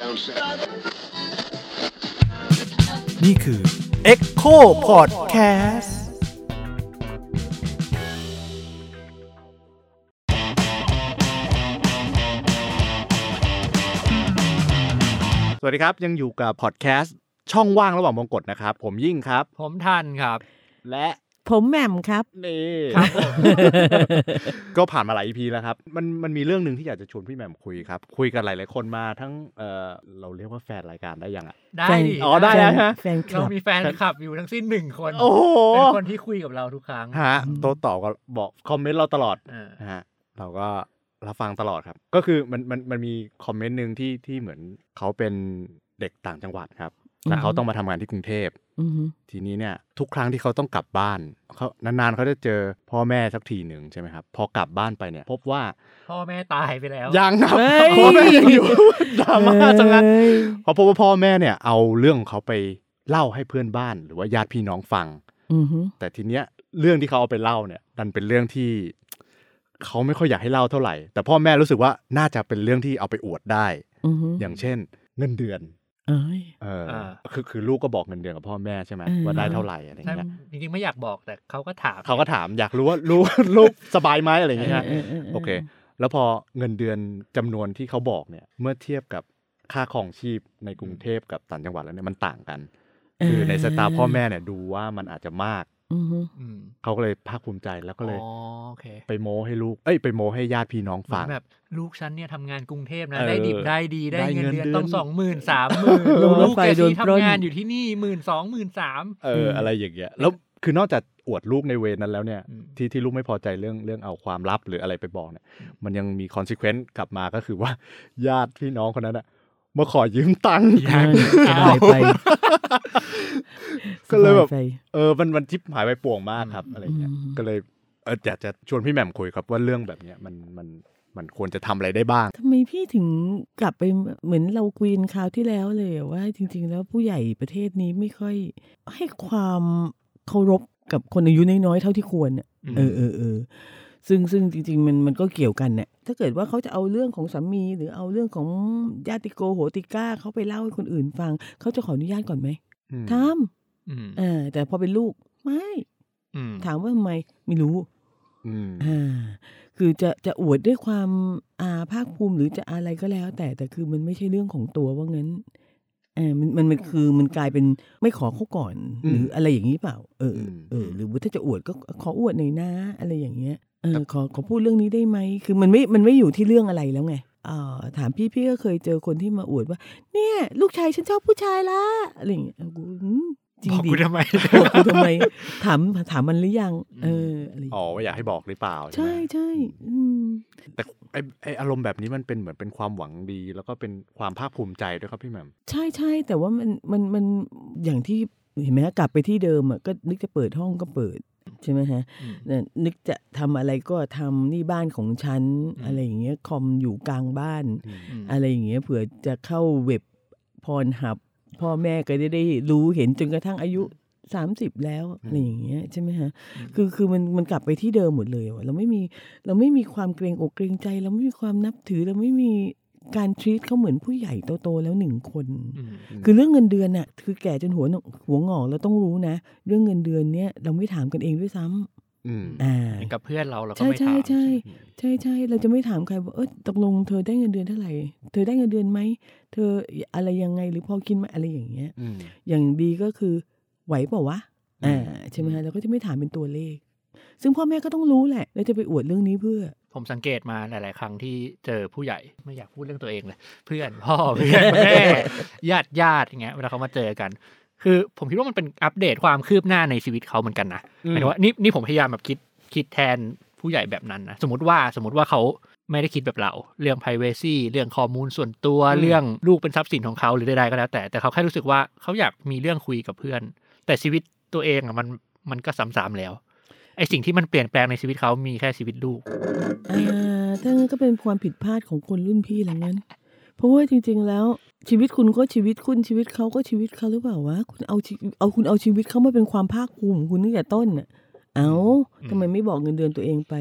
นี่คือ Echo Podcastสวัสดีครับยังอยู่กับพอดแคสต์ช่องว่างระหว่างมงกฎนะครับผมยิ่งครับผมทันครับและผมแหม่มครับนี่ครับ ก็ผ่านมาหลาย EP แล้วครับมันมีเรื่องนึงที่อยากจะชวนพี่แหม่มคุยครับคุยกันหลายๆคนมาทั้งเราเรียกว่าแฟนรายการได้ยังอ่ะได้อ๋อได้แล้วฮะเรามีแฟนคลับอยู่ทั้งสิ้น1คนเป็นคนที่คุยกับเราทุกครั้งฮะโต้ตอบก็บอกคอมเมนต์เราตลอดฮะเราก็รับฟังตลอดครับก็คือมันมีคอมเมนต์นึงที่เหมือนเขาเป็นเด็กต่างจังหวัดครับแต่เขาต้องมาทำงานที่กรุงเทพทีนี้เนี่ยทุกครั้งที่เขาต้องกลับบ้านเขานานๆเขาจะเจอพ่อแม่สักทีหนึ่งใช่ไหมครับพอกลับบ้านไปเนี่ยพบว่าพ่อแม่ตายไปแล้วยังครับพ่อแม่ยังอยู่ดราม่าจังเลยพอพบว่าพ่อแม่เนี่ยเอาเรื่องของเขาไปเล่าให้เพื่อนบ้านหรือว่าญาติพี่น้องฟังแต่ทีเนี้ยเรื่องที่เขาเอาไปเล่าเนี่ยดันเป็นเรื่องที่เขาไม่ค่อยอยากให้เล่าเท่าไหร่แต่พ่อแม่รู้สึกว่าน่าจะเป็นเรื่องที่เอาไปอวดได้อย่างเช่นเงินเดือนคือลูกก็บอกเงินเดือนกับพ่อแม่ใช่ไหมว่าได้เท่าไหร่อะไรเงี้ยจริงๆไม่อยากบอกแต่เขาก็ถามอยากรู้ว่าลูกสบายไหมอะไรเงี้ยโอเคแล้วพอเงินเดือนจำนวนที่เขาบอกเนี่ยเมื่อเทียบกับค่าครองชีพในกรุงเทพกับต่างจังหวัดแล้วเนี่ยมันต่างกันคือในสายตาพ่อแม่เนี่ยดูว่ามันอาจจะมากเขาก็เลยภาคภูมิใจแล้วก็เลยไปโม้ให้ลูกไปโม้ให้ญาติพี่น้องฟังแบบลูกฉันเนี่ยทำงานกรุงเทพนะได้ดิบได้ดีได้เงินเดือนต้อง 20,000 30,000 ลูกแกที่ทำงานอยู่ที่นี่ 12,000 13,000 อะไรอย่างเงี้ยแล้วคือนอกจากอวดลูกในเวรนั้นแล้วเนี่ยที่ลูกไม่พอใจเรื่องเอาความลับหรืออะไรไปบอกเนี่ยมันยังมีคอนซีเควนซ์กลับมาก็คือว่าญาติพี่น้องคนนั้นอะมาขอยืมตังค์ไปก็เลยแบบมันทิพหายไปป่วงมากครับอะไรเงี้ยก็เลยอยากจะชวนพี่แหม่มคุยครับว่าเรื่องแบบเนี้ยมันควรจะทำอะไรได้บ้างทำไมพี่ถึงกลับไปเหมือนเราคุยกันคราวที่แล้วเลยว่าจริงๆแล้วผู้ใหญ่ประเทศนี้ไม่ค่อยให้ความเคารพกับคนอายุน้อยๆเท่าที่ควรเนี่ยซึ่งจริงๆมันก็เกี่ยวกันเนี่ยถ้าเกิดว่าเขาจะเอาเรื่องของสามีหรือเอาเรื่องของญาติโกโหติก้าเขาไปเล่าให้คนอื่นฟังเขาจะขออนุญาตก่อนไหมทำแต่พอเป็นลูกไม่ถามว่าทำไมไม่รู้คือจะอวดด้วยความภาคภูมิหรือจะอะไรก็แล้วแต่คือมันไม่ใช่เรื่องของตัวว่างั้นมันคือมันกลายเป็นไม่ขอเขาก่อนหรืออะไรอย่างนี้เปล่าหรือว่าถ้าจะอวดก็ขออวดหน่อยนะอะไรอย่างเงี้ยขอพูดเรื่องนี้ได้ไหมคือมันไม่อยู่ที่เรื่องอะไรแล้วไงถามพี่ก็เคยเจอคนที่มาอวดว่าเนี่ยลูกชายฉันชอบผู้ชายละอะไรอย่างเงี้ยจริงดิบอกกูทำไมถามมันหรือยังอะไรว่าอยากให้บอกหรือเปล่าใช่ใช่แต่ไออารมณ์แบบนี้มันเป็นเหมือนเป็นความหวังดีแล้วก็เป็นความภาคภูมิใจด้วยครับพี่แหม่มใช่ใช่แต่ว่ามันอย่างที่เห็นไหมกลับไปที่เดิมก็นึกจะเปิดห้องก็เปิดใช่ไหมฮะนึกจะทำอะไรก็ทำนี่บ้านของฉันอะไรอย่างเงี้ยคอมอยู่กลางบ้านอะไรอย่างเงี้ยเผื่อจะเข้าเว็บพรหับพ่อแม่ก็ได้รู้เห็นจนกระทั่งอายุ30แล้วอะไรอย่างเงี้ยใช่ไหมฮะคือมันกลับไปที่เดิมหมดเลยเราไม่มีความเกรงอกเกรงใจเราไม่มีความนับถือเราไม่มีการทรีตเขาเหมือนผู้ใหญ่โตๆแล้ว1คนคือเรื่องเงินเดือนน่ะคือแก่จนหัวงอกเราต้องรู้นะเรื่องเงินเดือนเนี้ยเราไม่ถามกันเองด้วยซ้ำกับเพื่อนเราก็ไม่ถามใช่เราจะไม่ถามใครว่าตกลงเธอได้เงินเดือนเท่าไหร่เธอได้เงินเดือนไหมเธออะไรยังไงหรือพอกินไหมอะไรอย่างเงี้ยอย่างดีก็คือไหวเปล่าวะใช่ไหมฮะเราก็จะไม่ถามเป็นตัวเลขซึ่งพ่อแม่ก็ต้องรู้แหละแล้วจะไปอวดเรื่องนี้เพื่อผมสังเกตมาหลายๆครั้งที่เจอผู้ใหญ่ไม่อยากพูดเรื่องตัวเองเลยเพื่อนพ่อเพื่อนแม่ญาติอย่างเงี้ยเวลาเขามาเจอกันคือผมคิดว่ามันเป็นอัปเดตความคืบหน้าในชีวิตเขาเหมือนกันนะหมายถึงว่านี่ผมพยายามแบบคิดแทนผู้ใหญ่แบบนั้นนะสมมติว่าเขาไม่ได้คิดแบบเราเรื่อง privacy เรื่องข้อมูลส่วนตัวเรื่องลูกเป็นทรัพย์สินของเขาหรือใดๆก็แล้วแต่เขาแค่รู้สึกว่าเขาอยากมีเรื่องคุยกับเพื่อนแต่ชีวิตตัวเองมันก็ซ้ำๆแล้วไอสิ่งที่มันเปลี่ยนแปลงในชีวิตเขามีแค่ชีวิตลูกถ้างั้นก็เป็นความผิดพลาดของคนรุ่นพี่แล้วงั้นเพราะว่าจริงๆแล้วชีวิตคุณก็ชีวิตคุณชีวิตเขาก็ชีวิตเขาหรือเปล่าวะคุณเอาชีวิตเขามาเป็นความภาคภูมิคุณตั้งแต่ต้นน่ะทำไมไม่บอกเงินเดือนตัวเองไป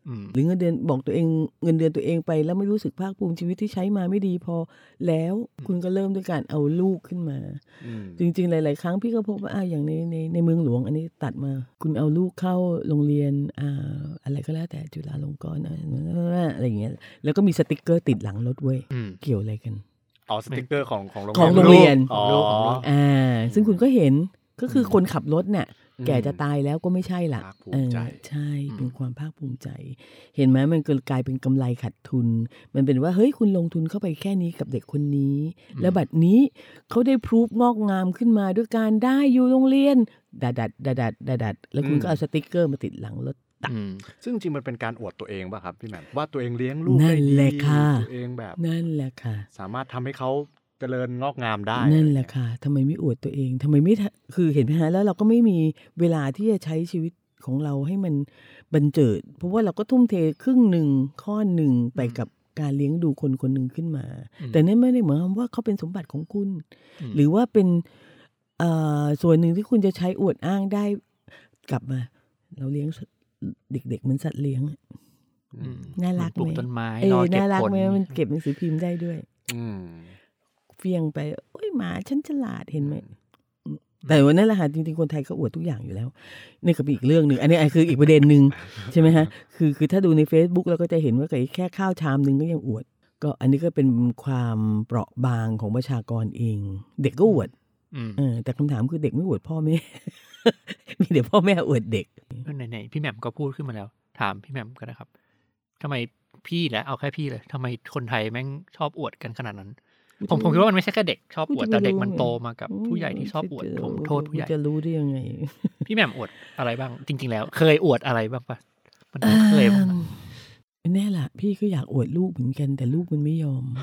หรือเงินเดือนบอกตัวเองเงินเดือนตัวเองไปแล้วไม่รู้สึกภาคภูมิชีวิตที่ใช้มาไม่ดีพอแล้วคุณก็เริ่มด้วยการเอาลูกขึ้นมาจริงๆหลายๆครั้งพี่ก็พบว่าอย่างในเมืองหลวงอันนี้ตัดมาคุณเอาลูกเข้าโรงเรียนอะไรก็แล้วแต่จุฬาลงกรณ์อะไรอย่างเงี้ยแล้วก็มีสติกเกอร์ติดหลังรถเว้ยเกี่ยวอะไรกันสติกเกอร์ของโรงเรียนซึ่งคุณก็เห็นก็คือคนขับรถเนี่ยแก่จะตายแล้วก็ไม่ใช่ล่ะใช่เป็นความภาคภูมิใจเห็นไหมมันกลายเป็นกำไรขาดทุนมันเป็นว่าเฮ้ยคุณลงทุนเข้าไปแค่นี้กับเด็กคนนี้แล้วบัดนี้เขาได้พรูฟงอกงามขึ้นมาด้วยการได้อยู่โรงเรียนดัดแล้วคุณก็เอาสติ๊กเกอร์มาติดหลังรถซึ่งจริงมันเป็นการอวดตัวเองป่ะครับพี่แหม่มว่าตัวเองเลี้ยงลูกได้ดีตัวเองแบบนั่นแหละค่ะสามารถทำให้เขาเจริญงอกงามได้นั่นแหละค่ะทำไมไม่อวดตัวเองทำไมไม่คือเห็นไหมฮะแล้วเราก็ไม่มีเวลาที่จะใช้ชีวิตของเราให้มันบันเจิดเพราะว่าเราก็ทุ่มเทครึ่งหนึ่งข้อหนึ่งไปกับการเลี้ยงดูคนคนหนึ่งขึ้นมาแต่นั่นไม่ได้หมายความว่าเขาเป็นสมบัติของคุณหรือว่าเป็นส่วนหนึ่งที่คุณจะใช้อวดอ้างได้กลับมาเราเลี้ยงเด็กๆเหมือนสัตว์เลี้ยงน่ารักไหมต้นไม้น่ารักไหมมันเก็บหนังสือพิมพ์ได้ด้วยเฟียงไปโอ้ยหมาฉันฉลาดเห็นไหมแต่วันนั้นแหละค่ะจริงๆคนไทยเขาอวดทุกอย่างอยู่แล้วนี่ก็เป็นอีกเรื่องนึงอันนี้คืออีกประเด็นนึงใช่ไหมฮะคือถ้าดูใน Facebook เราก็จะเห็นว่าแค่ข้าวชามนึงก็ยังอวดก็อันนี้ก็เป็นความเปราะบางของประชากรเองเด็กก็อวดแต่คำถามคือเด็กไม่อวดพ่อแม่ มีแต่พ่อแม่อวดเด็กไหนๆพี่แหม่มก็พูดขึ้นมาแล้วถามพี่แหม่มก็นะครับทำไมพี่และเอาแค่พี่เลยทำไมคนไทยแม่งชอบอวดกันขนาดนั้นผมคิดว่ามันไม่ใช่แค่เด็กชอบอวดแต่เด็กมันโตมากับผู้ใหญ่ที่ชอบอวดผมโทษผู้ใหญ่จะรู้ได้ยังไงพี่แหม่มอวดอะไรบ้างจริงๆแล้วเคยอวดอะไรบ้างปะมันเคยบ้างแน่ล่ะพี่ก็อยากอวดลูกเหมือนกันแต่ลูกมันไม่ยอม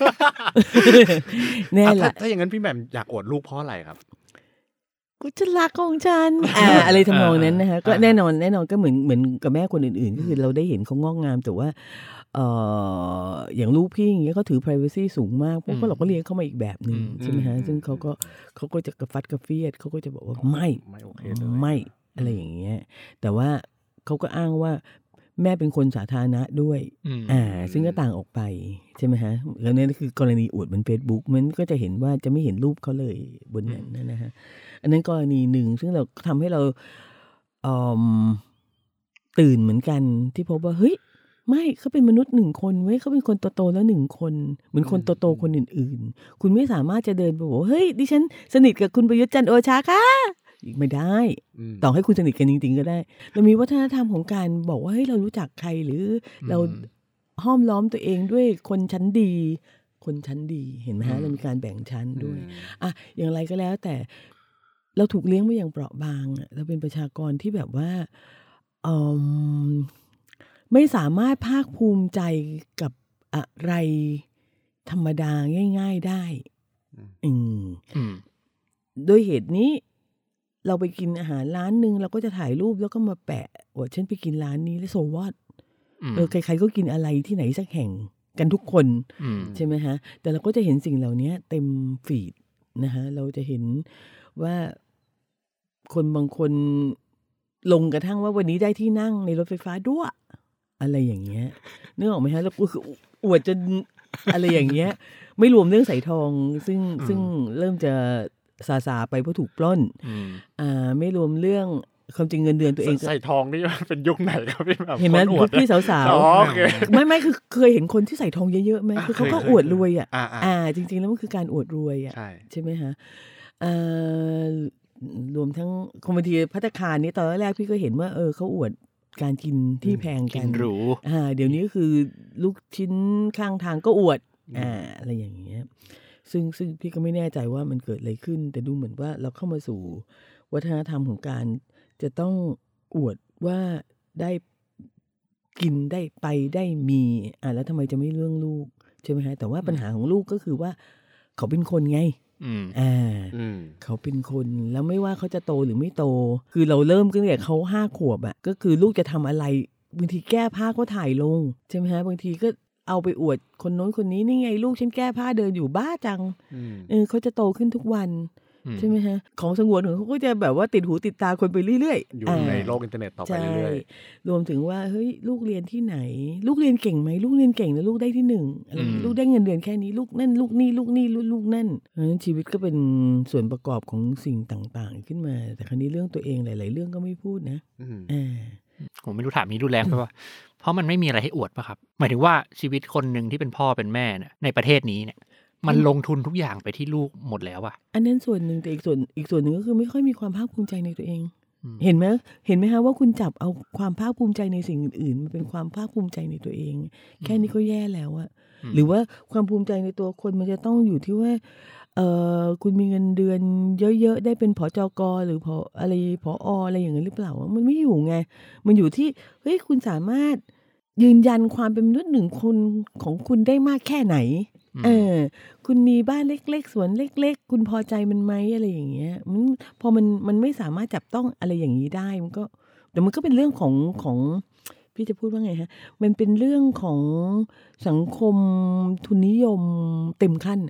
แน่ล่ะถ้าอย่างนั้นพี่แหม่มอยากอวดลูกเพราะอะไรครับกูจะรักของฉันอะไรทำนองนั้นนะคะก็แน่นอนก็เหมือนกับแม่คนอื่นๆก็คือเราได้เห็นเขางอกงามแต่ว่าอย่างลูกพี่อย่างเงี้ยเขาถือ privacy สูงมากเพราะเราก็เลี้ยงเข้ามาอีกแบบนึงใช่ไหมฮะซึ่งเขาก็จะกระฟัดกระเฟียดเขาก็จะบอกว่าไม่โอเคเลยไม่อะไรอย่างเงี้ยแต่ว่าเขาก็อ้างว่าแม่เป็นคนสาธารณะด้วยซึ่งก็ต่างออกไปใช่ไหมฮะแล้วนี่คือกรณีอวดบน Facebook มันก็จะเห็นว่าจะไม่เห็นรูปเขาเลยบนนั้นนะฮะอันนั้นกรณีหนึ่งซึ่งเราทำให้เราตื่นเหมือนกันที่พบว่าเฮ้ยไม่เขาเป็นมนุษย์หนึ่งคนเว้ยเขาเป็นคนโตๆแล้วหนึ่งคนเหมือนคนโตๆคนอื่นๆคุณไม่สามารถจะเดินไปบอกเฮ้ยดิฉันสนิทกับคุณประยุทธ์จันทร์โอชาค่ะไม่ได้ต่อให้คุณสนิทกันจริงๆก็ได้เรามีวัฒนธรรมของการบอกว่าเฮ้ยเรารู้จักใครหรือเราห้อมล้อมตัวเองด้วยคนชั้นดีเห็นไหมฮะเรามีการแบ่งชั้นด้วยอย่างไรก็แล้วแต่เราถูกเลี้ยงมาอย่างเปราะบางเราเป็นประชากรที่แบบว่าไม่สามารถภาคภูมิใจกับอะไรธรรมดาง่ายๆได้โดยเหตุนี้เราไปกินอาหารร้านนึงเราก็จะถ่ายรูปแล้วก็มาแปะว่าฉันไปกินร้านนี้แล้วโซวอตใครๆก็กินอะไรที่ไหนสักแห่งกันทุกคนใช่ไหมฮะแต่เราก็จะเห็นสิ่งเหล่านี้เต็มฟีดนะฮะเราจะเห็นว่าคนบางคนลงกระทั่งว่าวันนี้ได้ที่นั่งในรถไฟฟ้าด้วยอะไรอย่างเงี้ยนึกออกไหมฮะแล้วคืออวดจนอะไรอย่างเงี้ยไม่รวมเรื่องใส่ทองซึ่งเริ่มจะซาไปเพราะถูกปล้นไม่รวมเรื่องความจริงเงินเดือนตัวเองใส่ทองนี่เป็นยุคไหนครับพี่แบบเห็นไหมยุคพี่สาวๆไม่คือเคยเห็นคนที่ใส่ทองเยอะๆไหมคือเขาก็อวดรวยจริงๆแล้วมันคือการอวดรวยใช่ไหมฮะรวมทั้งคอมมิตี้ภัตตาคารนี้ตอนแรกพี่ก็เห็นว่าเขาอวดการกินที่แพงกันหรูเดี๋ยวนี้ก็คือลูกชิ้นข้างทางก็อวดอะไรอย่างเงี้ยซึ่งพี่ก็ไม่แน่ใจว่ามันเกิดอะไรขึ้นแต่ดูเหมือนว่าเราเข้ามาสู่วัฒนธรรมของการจะต้องอวดว่าได้กินได้ไปได้มีแล้วทำไมจะไม่เรื่องลูกใช่ไหมฮะแต่ว่าปัญหาของลูกก็คือว่าเขาเป็นคนไงเขาเป็นคนแล้วไม่ว่าเขาจะโตหรือไม่โตคือเราเริ่มตั้งแต่เขา5 ขวบก็คือลูกจะทำอะไรบางทีแก้ผ้าก็ถ่ายลงใช่ไหมฮะบางทีก็เอาไปอวดคนโน้นคนนี้นี่ไงลูกฉันแก้ผ้าเดินอยู่บ้าจังเขาจะโตขึ้นทุกวันใช่ไหมฮะของสงวนของเขาก็จะแบบว่าติดหูติดตาคนไปเรื่อยๆอยู่ในโลกอินเทอร์เน็ตต่อไปเรื่อยๆรวมถึงว่าเฮ้ยลูกเรียนที่ไหนลูกเรียนเก่งไหมลูกเรียนเก่งแล้วลูกได้ที่1อะไรลูกได้เงินเดือนแค่นี้ลูกนั่นลูกนี่ลูกนี่ลูกนั่นเพราะฉะนั้นชีวิตก็เป็นส่วนประกอบของสิ่งต่างๆขึ้นมาแต่คราวนี้เรื่องตัวเองหลายๆเรื่องก็ไม่พูดนะผมไม่รู้ถามนี้ดูแรงป่ะเพราะมันไม่มีอะไรให้อวดป่ะครับหมายถึงว่าชีวิตคนหนึ่งที่เป็นพ่อเป็นแม่เนี่ยในประเทศนี้เนี่ยมันลงทุนทุกอย่างไปที่ลูกหมดแล้วอะอันนั้นส่วนหนึ่งแต่อีกส่วนหนึ่งก็คือไม่ค่อยมีความภาคภูมิใจในตัวเองเห็นไหมฮะว่าคุณจับเอาความภาคภูมิใจในสิ่งอื่นๆมันเป็นความภาคภูมิใจในตัวเองแค่นี้ก็แย่แล้วอะหรือว่าความภูมิใจในตัวคนมันจะต้องอยู่ที่ว่าคุณมีเงินเดือนเยอะๆได้เป็นผจก.หรือผอ.อะไรอย่างนั้นหรือเปล่ามันไม่อยู่ไงมันอยู่ที่เฮ้ยคุณสามารถยืนยันความเป็นมนุษย์หนึ่งคนของคุณได้มากแค่ไหนคุณมีบ้านเล็กๆสวนเล็กๆคุณพอใจมันไหมอะไรอย่างเงี้ยพอมันไม่สามารถจับต้องอะไรอย่างนี้ได้มันก็แต่มันก็เป็นเรื่องของพี่จะพูดว่าไงฮะมันเป็นเรื่องของสังคมทุนนิยมเต็มขั้น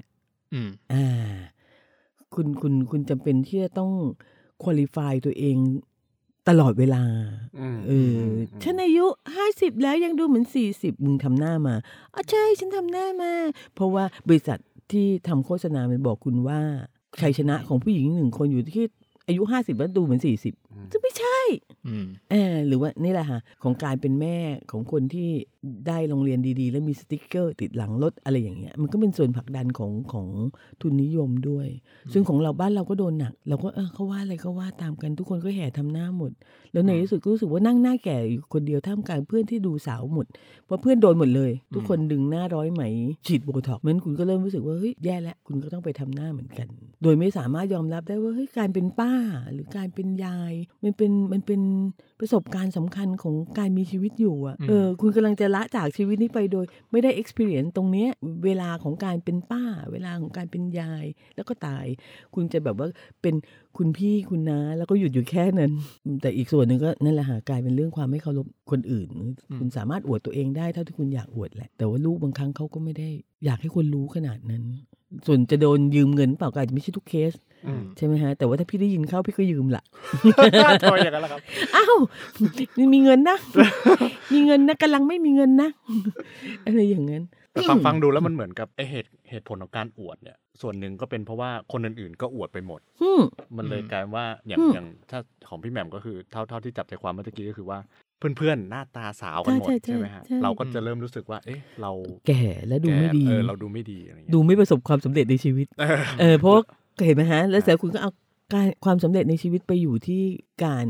คุณจำเป็นที่จะต้องควอลิฟายตัวเองตลอดเวลาฉันอายุ50แล้วยังดูเหมือน40มึงทำหน้ามาใช่ฉันทำหน้ามาเพราะว่าบริษัทที่ทำโฆษณามันบอกคุณว่าชัยชนะของผู้หญิง1คนอยู่ที่อายุ50แล้วดูเหมือน40ซึ่งไม่ใช่หรือว่านี่แหละค่ะของการเป็นแม่ของคนที่ได้โรงเรียนดีๆแล้วมีสติ๊กเกอร์ติดหลังรถอะไรอย่างเงี้ยมันก็เป็นส่วนผลักดันของทุนนิยมด้วยซึ่งของเราบ้านเราก็โดนหนักเราก็เขาว่าอะไรก็ว่าตามกันทุกคนก็แห่ทำหน้าหมดแล้วในที่สุดก็รู้สึกว่านั่งหน้าแก่อยู่คนเดียวท่ามกลางเพื่อนที่ดูสาวหมดเพราะเพื่อนโดนหมดเลยทุกคนดึงหน้าร้อยไหมฉีดโบท็อกซ์มันคุณก็เริ่มรู้สึกว่าเฮ้ยแย่แล้วคุณก็ต้องไปทำหน้าเหมือนกันโดยไม่สามารถยอมรับได้ว่าเฮ้ยการเป็นป้าหรือการเป็นยายมันเป็นประสบการณ์สำคัญของการมีชีวิตอยู่คุณกำลังจะละจากชีวิตนี้ไปโดยไม่ได้ experience ตรงเนี้ยเวลาของการเป็นป้าเวลาของการเป็นยายแล้วก็ตายคุณจะแบบว่าเป็นคุณพี่คุณน้าแล้วก็หยุดอยู่แค่นั้นแต่อีกส่วนหนึ่งก็นั่นแหละกลายเป็นเรื่องความไม่เคารพคนอื่นคุณสามารถอวดตัวเองได้เท่าที่คุณอยากอวดแหละแต่ว่าลูกบางครั้งเขาก็ไม่ได้อยากให้คนรู้ขนาดนั้นส่วนจะโดนยืมเงินเปล่าก็อาจจะไม่ใช่ทุกเคสใช่ไหมฮะแต่ว่าถ้าพี่ได้ยินเข้าพี่ก็ยืมละทำไมอย่างนั้นล่ะครับอ้าวมีเงินนะมีเงินนะกำลังไม่มีเงินนะอะไรอย่างนั้นแต่ฟังดูแล้วมันเหมือนกับไอเหตุผลของการอวดเนี่ยส่วนหนึ่งก็เป็นเพราะว่าคนอื่นๆก็อวดไปหมดมันเลยกลายว่าอย่างถ้าของพี่แหม่มก็คือเท่าที่จับใจความเมื่อกี้ก็คือว่าเพื่อนๆหน้าตาสาวกันหมดใช่ไหมฮะเราก็จะเริ่มรู้สึกว่าเอ๊ะเราแก่แล้วดูไม่ดีเราดูไม่ดีอะไรเงี้ยดูไม่ประสบความสำเร็จในชีวิตเพราะเห็นไหมฮะแล้วเสร็จคุณก็เอาความสำเร็จในชีวิตไปอยู่ที่การ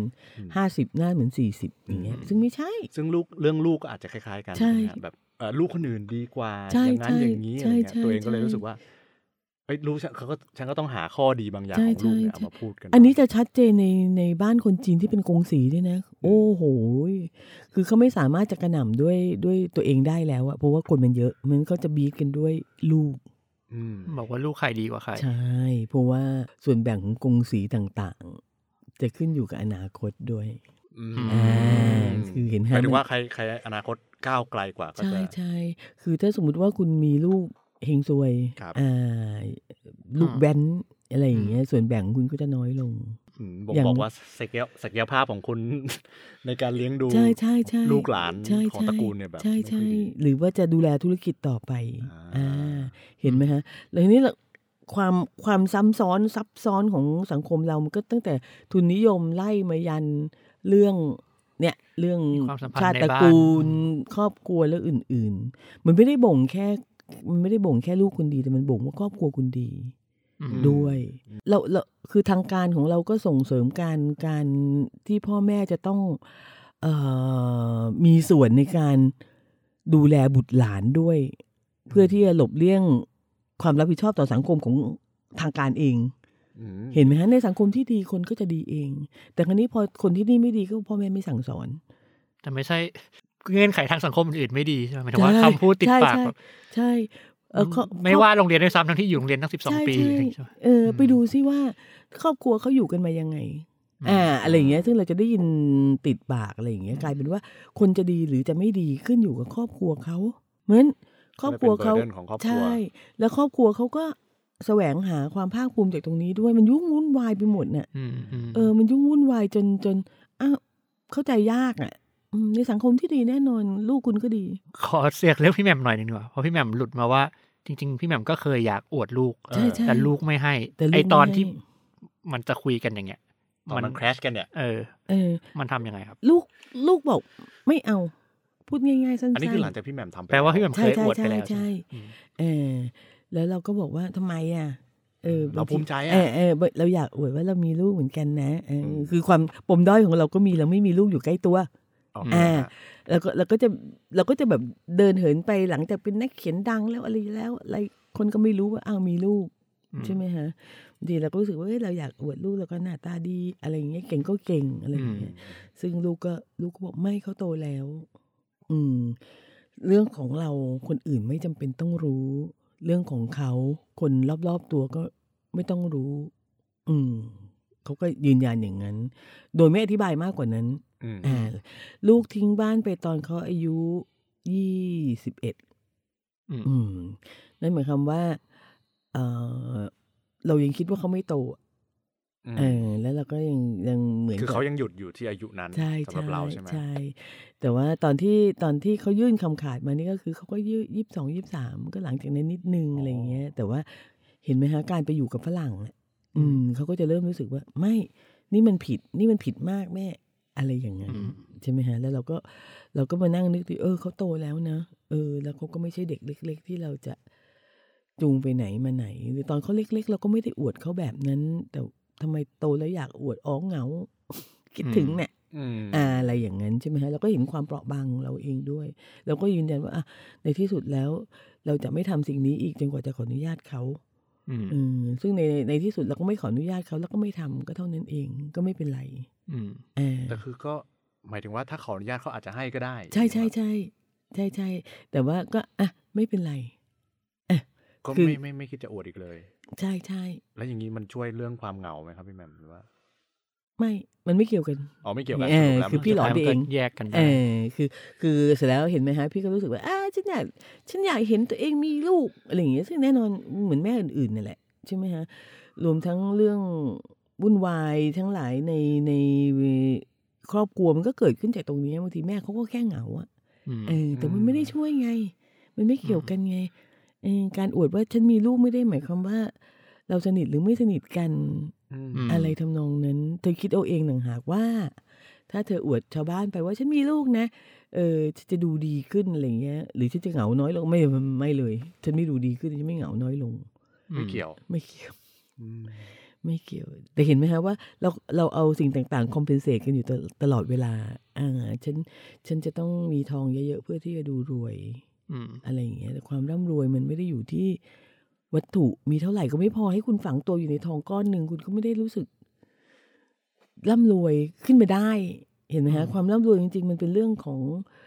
50หน้าเหมือน40อย่างเงี้ยซึ่งไม่ใช่ซึ่งเรื่องลูกก็อาจจะคล้ายๆกันนะแบบลูกคนอื่นดีกว่าอย่างนั้นอย่างนี้อะไรเงี้ยตัวเองก็เลยรู้สึกว่ารู้ฉันก็ต้องหาข้อดีบางอย่างของลูกเนี่ยเอามาพูดกันอันนี้จะชัดเจนในบ้านคนจีนที่เป็นกงสีด้วยนะโอ้โหคือเขาไม่สามารถจะกระหน่ำด้วยตัวเองได้แล้วอะเพราะว่าคนมันเยอะมันก็จะบีทกันด้วยลูกบอกว่าลูกใครดีกว่าใครใช่เพราะว่าส่วนแบ่งของกงสีต่างๆจะขึ้นอยู่กับอนาคตด้วยคือเห็นหมายถึงว่าใครอนาคตก้าวไกลกว่าก็จะใช่คือถ้าสมมุติว่าคุณมีลูกเฮงซวยลูกแว้นอะไรอย่างเงี้ยส่วนแบ่งคุณก็จะน้อยลงบอกว่าศักยภาพของคุณในการเลี้ยงดูลูกหลานของตระกูลเนี่ยแบบใช่หรือว่าจะดูแลธุรกิจต่อไปเห็นไหมฮะแล้วนี้ความซับซ้อนของสังคมเรามันก็ตั้งแต่ทุนนิยมไล่มายันเรื่องชาติตระกูลครอบครัวและอื่นๆมันไม่ได้บ่งแค่ลูกคุณดีแต่มันบ่งว่าครอบครัวคุณดีด้วยเราคือทางการของเราก็ส่งเสริมการที่พ่อแม่จะต้องมีส่วนในการดูแลบุตรหลานด้วยเพื่อที่จะหลบเลี่ยงความรับผิดชอบต่อสังคมของทางการเองเห็นไหมฮะในสังคมที่ดีคนก็จะดีเองแต่คราวนี้พอคนที่นี่ไม่ดีก็พ่อแม่ไม่สั่งสอนแต่ไม่ใช่เงื่อนไขทางสังคมอื่นไม่ดีใช่ไหมหมายถึงว่าคำพูดติดปากใช่ไม่ว่าโรงเรียนด้วยซ้ำทั้งที่อยู่โรงเรียนตั้ง12 ปีไปดูซิว่าครอบครัวเขาอยู่กันมายังไงอะไรอย่างเงี้ยซึ่งเราจะได้ยินติดปากอะไรอย่างเงี้ยกลายเป็นว่าคนจะดีหรือจะไม่ดีขึ้นอยู่กับครอบครัวเขาเหมือนครอบครัวเขาใช่แล้วครอบครัวเขาก็แสวงหาความภาคภูมิจากตรงนี้ด้วยมันยุ่งวุ่นวายไปหมดเนี่ยมันยุ่งวุ่นวายจนเข้าใจยากอ่ะในสังคมที่ดีแน่นอนลูกคุณก็ดีขอเสียกเรื่องพี่แหม่มหน่อยนึงดีกว่าเพราะพี่แหม่มหลุดมาว่าจริงๆพี่แหม่มก็เคยอยากอวดลูกแต่ลูกไม่ให้ไอตอนที่มันจะคุยกันอย่างเงี้ยมันแครชกันเนี่ยมันทำยังไงครับลูกบอกไม่เอาพูดง่ายๆสั้นๆอันนี้คือหลังจากพี่แหม่มทำแปลว่าพี่แหม่มเคยอวดไปแล้วใช่แล้วเราก็บอกว่าทำไมอ่ะเราภูมิใจอ่ะเราอยากอวดว่าเรามีลูกเหมือนกันนะคือความปมด้อยของเราก็มีเราไม่มีลูกอยู่ใกล้ตัวเราก็จะแบบเดินเหินไปหลังจากเป็นนักเขียนดังแล้วอะไรคนก็ไม่รู้ว่ามีลูกใช่ไหมฮะดีเราก็รู้สึกว่าเราอยากอวดลูกแล้วก็หน้าตาดีอะไรอย่างเงี้ยเก่งก็เก่งอะไรอย่างเงี้ยซึ่งลูกก็บอกไม่เขาโตแล้วเรื่องของเราคนอื่นไม่จำเป็นต้องรู้เรื่องของเขาคนรอบๆตัวก็ไม่ต้องรู้เขาก็ยืนยันอย่างนั้นโดยไม่อธิบายมากกว่านั้นลูกทิ้งบ้านไปตอนเขาอายุ21นั่นหมายความว่าเรายังคิดว่าเขาไม่โตแล้วเราก็ยังเหมือนคือเขายังหยุดอยู่ที่อายุนั้นสำหรับเราใช่ไหมใช่แต่ว่าตอนที่เขายื่นคำขาดมานี่ก็คือเขาก็22-23ก็หลังจากนั้นนิดนึงอะไรเงี้ยแต่ว่าเห็นไหมฮะการไปอยู่กับฝรั่งเขาก็จะเริ่มรู้สึกว่าไม่นี่มันผิดมากแม่อะไรอย่างเงี้ยใช่ไหมฮะแล้วเราก็มานั่งนึกดิเขาโตแล้วนะแล้วเขาก็ไม่ใช่เด็กเล็กๆที่เราจะจูงไปไหนมาไหนหรือตอนเขาเล็กๆเราก็ไม่ได้อวดเขาแบบนั้นแต่ทำไมโตแล้วอยากอวดเหงาคิดถึงเนี่ยอะไรอย่างนั้นใช่ไหมฮะเราก็เห็นความเปราะบางของเราเองด้วยเราก็ยืนยันว่าในที่สุดแล้วเราจะไม่ทำสิ่งนี้อีกจนกว่าจะขออนุญาตเขาซึ่งในที่สุดเราก็ไม่ขออนุญาตเขาแล้วก็ไม่ทำก็เท่านั้นเองก็ไม่เป็นไรแต่คือก็หมายถึงว่าถ้าขออนุญาตเขาอาจจะให้ก็ได้ใช่แต่ว่าก็ไม่เป็นไรก็ไม่คิดจะอวดอีกเลยใช่แล้วอย่างนี้มันช่วยเรื่องความเหงาไหมครับพี่แหม่มหรือว่าไม่มันไม่เกี่ยวกันไม่เกี่ยวกันคือพี่หลอนเองแยกกันคือเสร็จแล้วเห็นไหมฮะพี่ก็รู้สึกว่าฉันอยากเห็นตัวเองมีลูกอะไรอย่างเงี้ยซึ่งแน่นอนเหมือนแม่อื่นๆนั่นแหละใช่ไหมฮะรวมทั้งเรื่องวุ่นวายทั้งหลายในครอบครัวมันก็เกิดขึ้นจากตรงนี้บางทีแม่เขาก็แค่เหงาอ่ะแต่มันไม่ได้ช่วยไงมันไม่เกี่ยวกันไงการอวดว่าฉันมีลูกไม่ได้หมายความว่าเราสนิทหรือไม่สนิทกันอะไรทำนองนั้นเธอคิดเอาเองต่างหากว่าถ้าเธออวดชาวบ้านไปว่าฉันมีลูกนะจะดูดีขึ้นอะไรเงี้ยหรือฉันจะเหงาน้อยลงไม่เลยฉันไม่ดูดีขึ้นฉันไม่เหงาน้อยลงไม่เกี่ยวแต่เห็นไหมฮะว่าเราเอาสิ่งต่างๆคอมเพนเซตกันอยู่ตลอดเวลาฉันจะต้องมีทองเยอะๆเพื่อที่จะดูรวยอะไรอย่างเงี้ยแต่ความร่ำรวยมันไม่ได้อยู่ที่วัตถุมีเท่าไหร่ก็ไม่พอให้คุณฝังตัวอยู่ในทองก้อนหนึ่งคุณก็ไม่ได้รู้สึกร่ำรวยขึ้นไปได้เห็นไหมฮะความร่ำรวยจริงๆมันเป็นเรื่องของ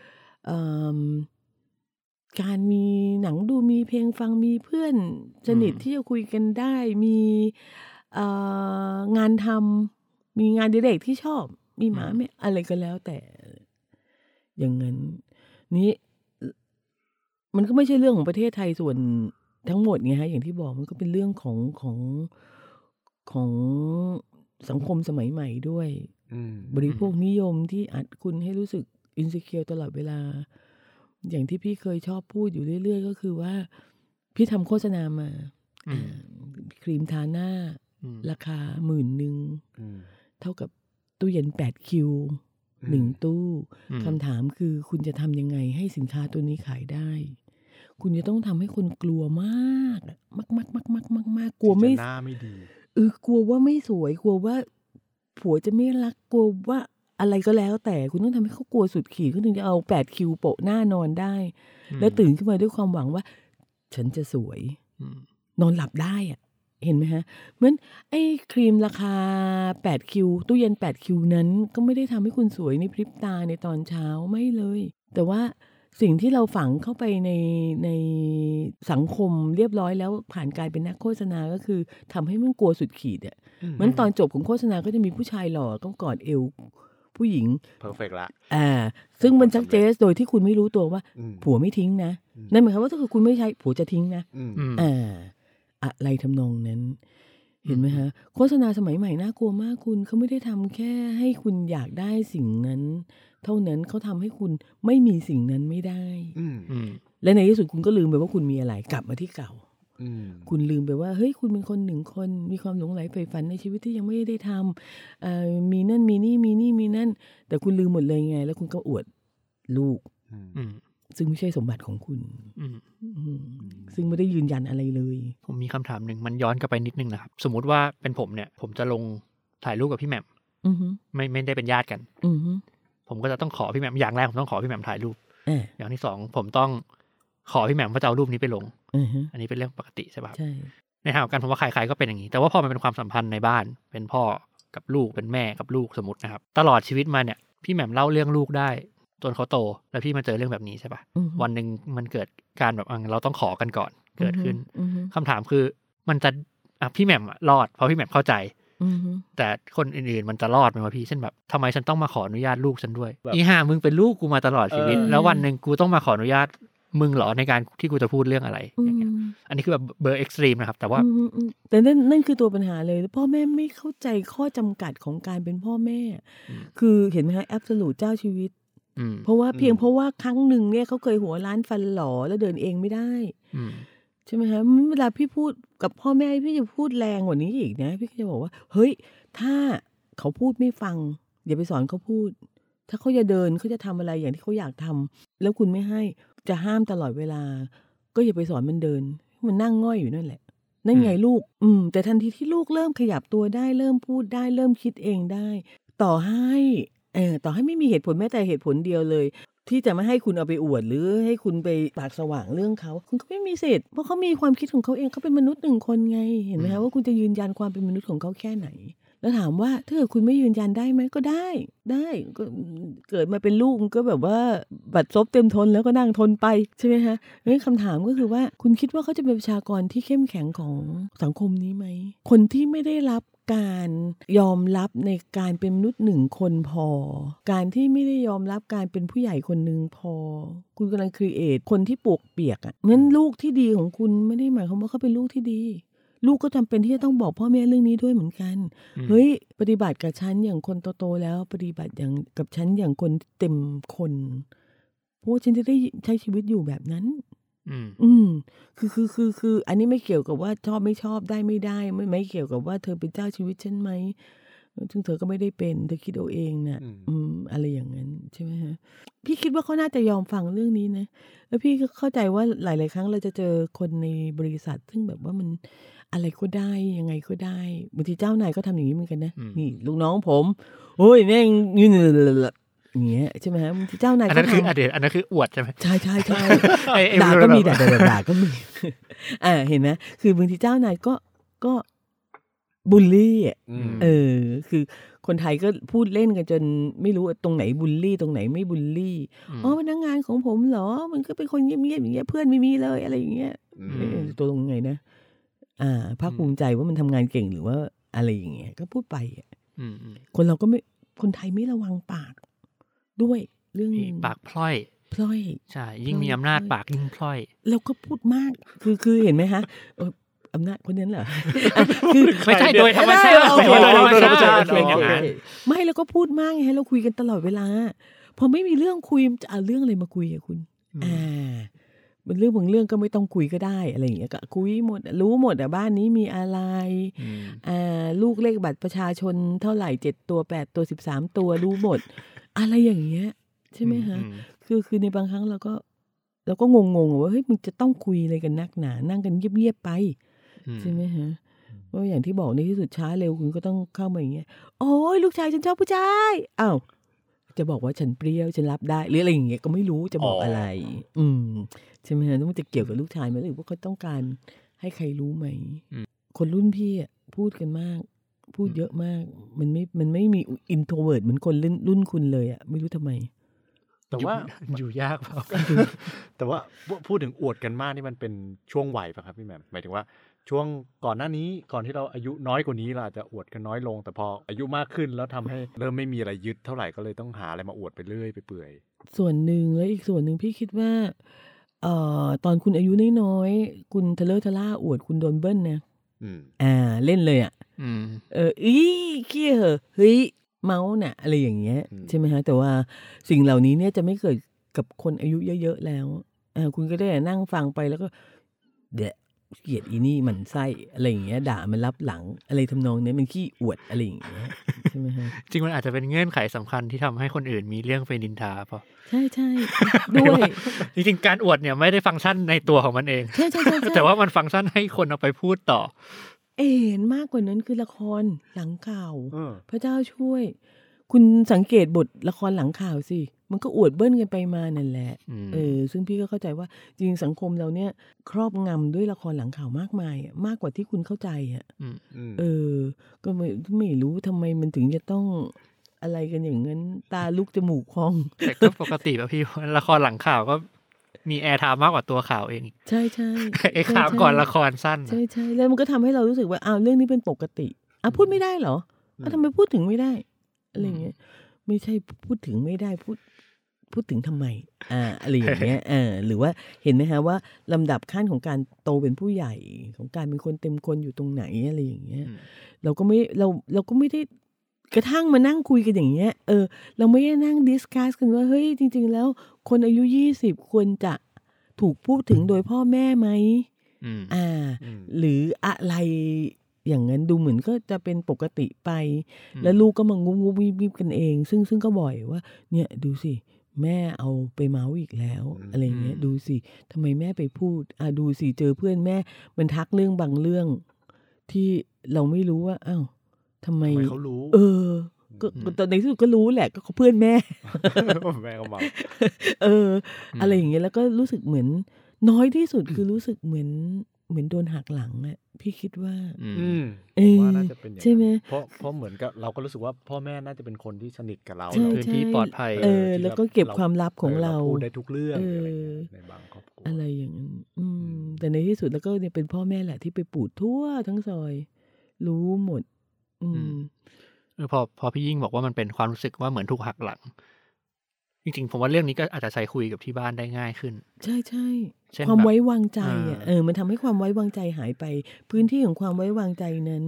การมีหนังดูมีเพลงฟังมีเพื่อนสนิทที่จะคุยกันได้มีงานทำมีงานอดิเรกที่ชอบมีหมาไม่อะไรก็แล้วแต่อย่างนั้นนี้มันก็ไม่ใช่เรื่องของประเทศไทยส่วนทั้งหมดไงฮะอย่างที่บอกมันก็เป็นเรื่องของสังคมสมัยใหม่ด้วยบริโภคนิยมที่อัดคุณให้รู้สึกอินซิเคียวตลอดเวลาอย่างที่พี่เคยชอบพูดอยู่เรื่อยๆก็คือว่าพี่ทำโฆษณามาครีมทาหน้าราคา10,000เท่ากับตู้เย็น8คิว1ตู้คำถามคือคุณจะทำยังไงให้สินค้าตัวนี้ขายได้คุณจะต้องทำให้คนกลัวมากกลัวไม่หน้าไม่ดีกลัวว่าไม่สวยกลัวว่าผัวจะไม่รักกลัวว่าอะไรก็แล้วแต่คุณต้องทำให้เขากลัวสุดขีดเขาถึงจะเอา8คิวโปะหน้านอนได้แล้วตื่นขึ้นมาด้วยความหวังว่าฉันจะสวยนอนหลับได้อ่ะเห็นไหมฮะเหมือนไอ้ครีมราคา8คิวตู้เย็น8คิวนั้นก็ไม่ได้ทำให้คุณสวยในพริบตาในตอนเช้าไม่เลยแต่ว่าสิ่งที่เราฝังเข้าไปในสังคมเรียบร้อยแล้วผ่านการเป็นนักโฆษณาก็คือทำให้มันกลัวสุดขีดอ่ะเหมือนตอนจบของโฆษณาก็จะมีผู้ชายหล่อก็กอดเอวผู้หญิงเพอร์เฟกต์ละซึ่งมันชัดเจนโดยที่คุณไม่รู้ตัวว่าผัวไม่ทิ้งนะนั่นหมายความว่าถ้าคุณไม่ใช่ผัวจะทิ้งนะอะไรทำนองนั้นเห็นไหมฮะโฆษณาสมัยใหม่น่ากลัวมากคุณเขาไม่ได้ทำแค่ให้คุณอยากได้สิ่งนั้นเท่านั้นเขาทำให้คุณไม่มีสิ่งนั้นไม่ได้และในที่สุดคุณก็ลืมไปว่าคุณมีอะไรกลับมาที่เก่าคุณลืมไปว่าเฮ้ยคุณเป็นคนหนึ่งคนมีความหลงใหลใฝ่ฝันในชีวิตที่ยังไม่ได้ทำมีนั่นมีนี่มีนี่มีนั่นแต่คุณลืมหมดเลยไงแล้วคุณก็อวดลูกซึ่งไม่ใช่สมบัติของคุณซึ่งไม่ได้ยืนยันอะไรเลยผมมีคำถามหนึ่งมันย้อนกลับไปนิดนึงนะครับสมมุติว่าเป็นผมเนี่ยผมจะลงถ่ายรูปกับพี่แหม่มไม่ได้เป็นญาติกันผมก็จะต้องขอพี่แหม่มอย่างแรกผมต้องขอพี่แหม่มถ่ายรูปอย่างที่สองผมต้องขอพี่แหม่มว่าจะเอารูปนี้ไปลงอันนี้เป็นเรื่องปกติใช่ป่ะใช่ในทางการผมว่าใครๆก็เป็นอย่างนี้แต่ว่าพอมันเป็นความสัมพันธ์ในบ้านเป็นพ่อกับลูกเป็นแม่กับลูกสมมตินะครับตลอดชีวิตมาเนี่ยพี่แหม่มเล่าเรื่องลูกได้จนเขาโตแล้วพี่มาเจอเรื่องแบบนี้ใช่ป่ะวันหนึ่งมันเกิดการแบบเราต้องขอกันก่อนเกิดขึ้นคำถามคือมันจะพี่แหม่มรอดเพราะพี่แหม่มเข้าใจแต่คนอื่นๆมันจะรอดไหมวะพี่เช่นแบบทำไมฉันต้องมาขออนุญาตลูกฉันด้วยอีห่ามึงเป็นลูกกูมาตลอดชีวิตแล้ววันหนึ่งกูต้องมาขออนุญาตมึงเหรอในการที่กูจะพูดเรื่องอะไรอย่างเงี้ยอันนี้คือแบบเบอร์เอ็กซ์ตรีมนะครับแต่ว่าแต่นั่นคือตัวปัญหาเลยพ่อแม่ไม่เข้าใจข้อจำกัดของการเป็นพ่อแม่คือเห็นไหมคะแอบสูตเจ้าชีวิตเพราะว่าเพราะว่าครั้งหนึ่งเนี่ยเขาเคยหัวล้านฟันหลอแล้วเดินเองไม่ได้ใช่ไหมคะเวลาพี่พูดกับพ่อแม่พี่จะพูดแรงกว่านี้อีกนะพี่ก็จะบอกว่าเฮ้ยถ้าเขาพูดไม่ฟังอย่าไปสอนเขาพูดถ้าเขาจะเดินเขาจะทำอะไรอย่างที่เขาอยากทำแล้วคุณไม่ให้จะห้ามตลอดเวลาก็อย่าไปสอนมันเดินมันนั่งง่อยอยู่นั่นแหละนั่นไงลูกแต่ทันทีที่ลูกเริ่มขยับตัวได้เริ่มพูดได้เริ่มคิดเองได้ต่อให้ไม่มีเหตุผลแม้แต่เหตุผลเดียวเลยที่จะไม่ให้คุณเอาไปอวดหรือให้คุณไปปากสว่างเรื่องเขาคุณก็ไม่มีสิทธิ์เพราะเขามีความคิดของเขาเองเขาเป็นมนุษย์หนึ่งคนไงเห็นไหมคะว่าคุณจะยืนยันความเป็นมนุษย์ของเขาแค่ไหนแล้วถามว่าถ้าเกิดคุณไม่ยืนยันได้ไหมก็ได้ก็เกิดมาเป็นลูกก็แบบว่าบัดซบเต็มทนแล้วก็นั่งทนไปใช่ไหมคะคำถามก็คือว่าคุณคิดว่าเขาจะเป็นประชากรที่เข้มแข็งของสังคมนี้ไหมคนที่ไม่ได้รับการยอมรับในการเป็นมนุษย์หนึ่งคนพอการที่ไม่ได้ยอมรับการเป็นผู้ใหญ่คนหนึ่งพอคุณกำลังครีเอทคนที่ปวกเปียกงั้นลูกที่ดีของคุณไม่ได้หมายความว่าเขาเป็นลูกที่ดีลูกก็จำเป็นที่จะต้องบอกพ่อแม่เรื่องนี้ด้วยเหมือนกันเฮ้ยปฏิบัติกับฉันอย่างคนโตๆแล้วปฏิบัติอย่างกับฉันอย่างคนเต็มคนเพราะฉันจะได้ใช้ชีวิตอยู่แบบนั้นคืออันนี้ไม่เกี่ยวกับว่าชอบไม่ชอบได้ไม่ได้ไม่เกี่ยวกับว่าเธอเป็นเจ้าชีวิตฉันไหมซึ่งเธอก็ไม่ได้เป็นเธอคิดเอาเองน่ะอะไรอย่างนั้นใช่ไหมฮะพี่คิดว่าเขาน่าจะยอมฟังเรื่องนี้นะแล้วพี่ก็เข้าใจว่าหลายๆครั้งเราจะเจอคนในบริษัทซึ่งแบบว่ามันอะไรก็ได้ยังไงก็ได้บางทีเจ้านายก็ทำอย่างนี้เหมือนกันนะนี่ลูกน้องผมโอ้ยแม่งยืนอย่างเงี้ยใช่ไหมฮะบางทีเจ้านายอันนั้นคืออันนั้นคืออวดใช่ไหมใช่ด่าก็มีด่าก็มีเห็นไหมคือบางทีเจ้านายก็บูลลี่คือคนไทยก็พูดเล่นกันจนไม่รู้ตรงไหนบูลลี่ตรงไหนไม่บูลลี่พนักงานของผมเหรอมันก็เป็นคนเงียบๆอย่างเงี้ยเพื่อนไม่มีเลยอะไรอย่างเงี้ยตัวตรงไงนะภาคภูมิใจว่ามันทำงานเก่งหรือว่าอะไรอย่างเงี้ยก็พูดไปคนเราก็ไม่คนไทยไม่ระวังปากด้วยเรื่องปากพล่อยใช่ยิ่งมีอำนาจปากยิ่งพล่อยแล้วก็พูดมากคือเห็นไหมฮะอำนาจคนนั้นเหรอคือไม่ใช่โดยธรรมชาติไม่แล้วก็พูดมากไงเราคุยกันตลอดเวลาพอไม่มีเรื่องคุยจะเอาเรื่องอะไรมาคุยกับคุณมันเรื่องบางเรื่องก็ไม่ต้องคุยก็ได้อะไรอย่างเงี้ยก็คุยหมดรู้หมดบ้านนี้มีอะไรลูกเลขบัตรประชาชนเท่าไหร่7ตัว8ตัว13ตัวรู้หมดอะไรอย่างเงี้ยใช่ไหมคะคือในบางครั้งเราก็งงว่าเฮ้ยมึงจะต้องคุยอะไรกันนักหนานั่งกันเงียบๆไปใช่ไหมฮะเพราะอย่างที่บอกในที่สุดช้าเร็วคุณก็ต้องเข้ามาอย่างเงี้ยโอ้ยลูกชายฉันชอบผู้ชายอ้าวจะบอกว่าฉันเปรี้ยวฉันรับได้หรืออะไรอย่างเงี้ยก็ไม่รู้จะบอกอะไรใช่ไหมฮะต้องจะเกี่ยวกับลูกชายไหมหรือว่าเขาต้องการให้ใครรู้ไหมคนรุ่นพี่พูดกันมากพูดเยอะมากมันไม่มีอินโทรเวิร์ตเหมือนคนรุ่นคุณเลยไม่รู้ทำไมแต่ว่าอยู่ยากเปล่าแต่ว่าพูดถึงอวดกันมากนี่มันเป็นช่วงวัยป่ะครับพี่แหม่มหมายถึงว่าช่วงก่อนหน้านี้ก่อนที่เราอายุน้อยกว่านี้เราอาจจะอวดกันน้อยลงแต่พออายุมากขึ้นแล้วทำให้เริ่มไม่มีอะไรยึดเท่าไหร่ก็เลยต้องหาอะไรมาอวดไปเรื่อยไปเปื่อยส่วนหนึ่งแล้วอีกส่วนหนึ่งพี่คิดว่าตอนคุณอายุน้อยๆคุณทะเลอะทะล่าอวดคุณโดนเบิ้ลนะเล่นเลยอ่ะขี้เหอะเฮ้ยเมาส์น่ะอะไรอย่างเงี้ยใช่ไหมฮะแต่ว่าสิ่งเหล่านี้เนี่ยจะไม่เกิดกับคนอายุเยอะๆแล้วคุณก็ได้นั่งฟังไปแล้วก็เดะเกลียดอีนี่มันไส้อะไรอย่างเงี้ยด่ามันรับหลังอะไรทำนองนี้มันขี้อวดอะไรอย่างเงี้ยใช่ไหมฮะจริงมันอาจจะเป็นเงื่อนไขสำคัญที่ทำให้คนอื่นมีเรื่องไปนินทาป่ะใช่ใช่ด้วยจริงๆการอวดเนี่ยไม่ได้ฟังก์ชันในตัวของมันเองใช่ใช่แต่ว่ามันฟังก์ชันให้คนเอาไปพูดต่อเห็นมากกว่านั้นคือละครหลังข่าวพระเจ้าช่วยคุณสังเกตบทละครหลังข่าวสิมันก็อวดเบิ้ลกันไปมานั่นแหละซึ่งพี่ก็เข้าใจว่าจริงสังคมเราเนี่ยครอบงำด้วยละครหลังข่าวมากมายมากกว่าที่คุณเข้าใจก็ไม่รู้ทำไมมันถึงจะต้องอะไรกันอย่างนั้นตาลุกจมูกพองแต่ก็ปกติป่ะพี่ละครหลังข่าวก็มีแอร์ไทม์มากกว่าตัวข่าวเองใช่ใช่ไอ้ข่าวก่อนละครสั้นใช่ใช่แล้วมันก็ทำให้เรารู้สึกว่าเรื่องนี้เป็นปกติพูดไม่ได้เหรอทำไมพูดถึงไม่ได้อะไรเงี้ยไม่ใช่พูดถึงไม่ได้พูดถึงทำไมอะไรอย่างเงี้ยหรือว่าเห็นไหมฮะว่าลำดับขั้นของการโตเป็นผู้ใหญ่ของการเป็นคนเต็มคนอยู่ตรงไหนอะไรอย่างเงี้ยเราก็ไม่ได้กระทั่งมานั่งคุยกันอย่างเงี้ยเราไม่ได้นั่งดิสคัสกันว่าเฮ้ยจริงๆแล้วคนอายุ20ควรจะถูกพูดถึงโดยพ่อแม่ไหมหรืออะไรอย่างนั้นดูเหมือนก็จะเป็นปกติไปแล้วลูกก็มางุบวิบกันเองซึ่งก็บ่อยว่าเนี่ยดูสิแม่เอาไปเมาส์อีกแล้วอะไรเงี้ยดูสิทำไมแม่ไปพูดดูสิเจอเพื่อนแม่มันทักเรื่องบางเรื่องที่เราไม่รู้ว่าอ้าวทำไมเขารู้ก็ตอนในที่สุดก็รู้แหละก็เพื่อนแม่แม่ก็เมาอะไรอย่างเงี้ยแล้วก็รู้สึกเหมือนน้อยที่สุดคือรู้สึกเหมือนโดนหักหลังอ่ะพี่คิดว่าว่าน่าจะเป็นอย่างใช่ไหมเพราะเหมือนกับเราก็รู้สึกว่าพ่อแม่น่าจะเป็นคนที่สนิทกับเราพื้นที่ปลอดภัยแล้วก็เก็บความลับของเราพูดได้ทุกเรื่องในบางครอบครัวอะไรอย่างนั้นแต่ในที่สุดแล้วก็เนี่ยเป็นพ่อแม่แหละที่ไปปูดทั่วทั้งซอยรู้หมดพอพี่ยิ่งบอกว่ามันเป็นความรู้สึกว่าเหมือนถูกหักหลังจริงๆผมว่าเรื่องนี้ก็อาจจะใช้คุยกับที่บ้านได้ง่ายขึ้นใช่ใช่ความไว้วางใจมันทำให้ความไว้วางใจหายไปพื้นที่ของความไว้วางใจนั้น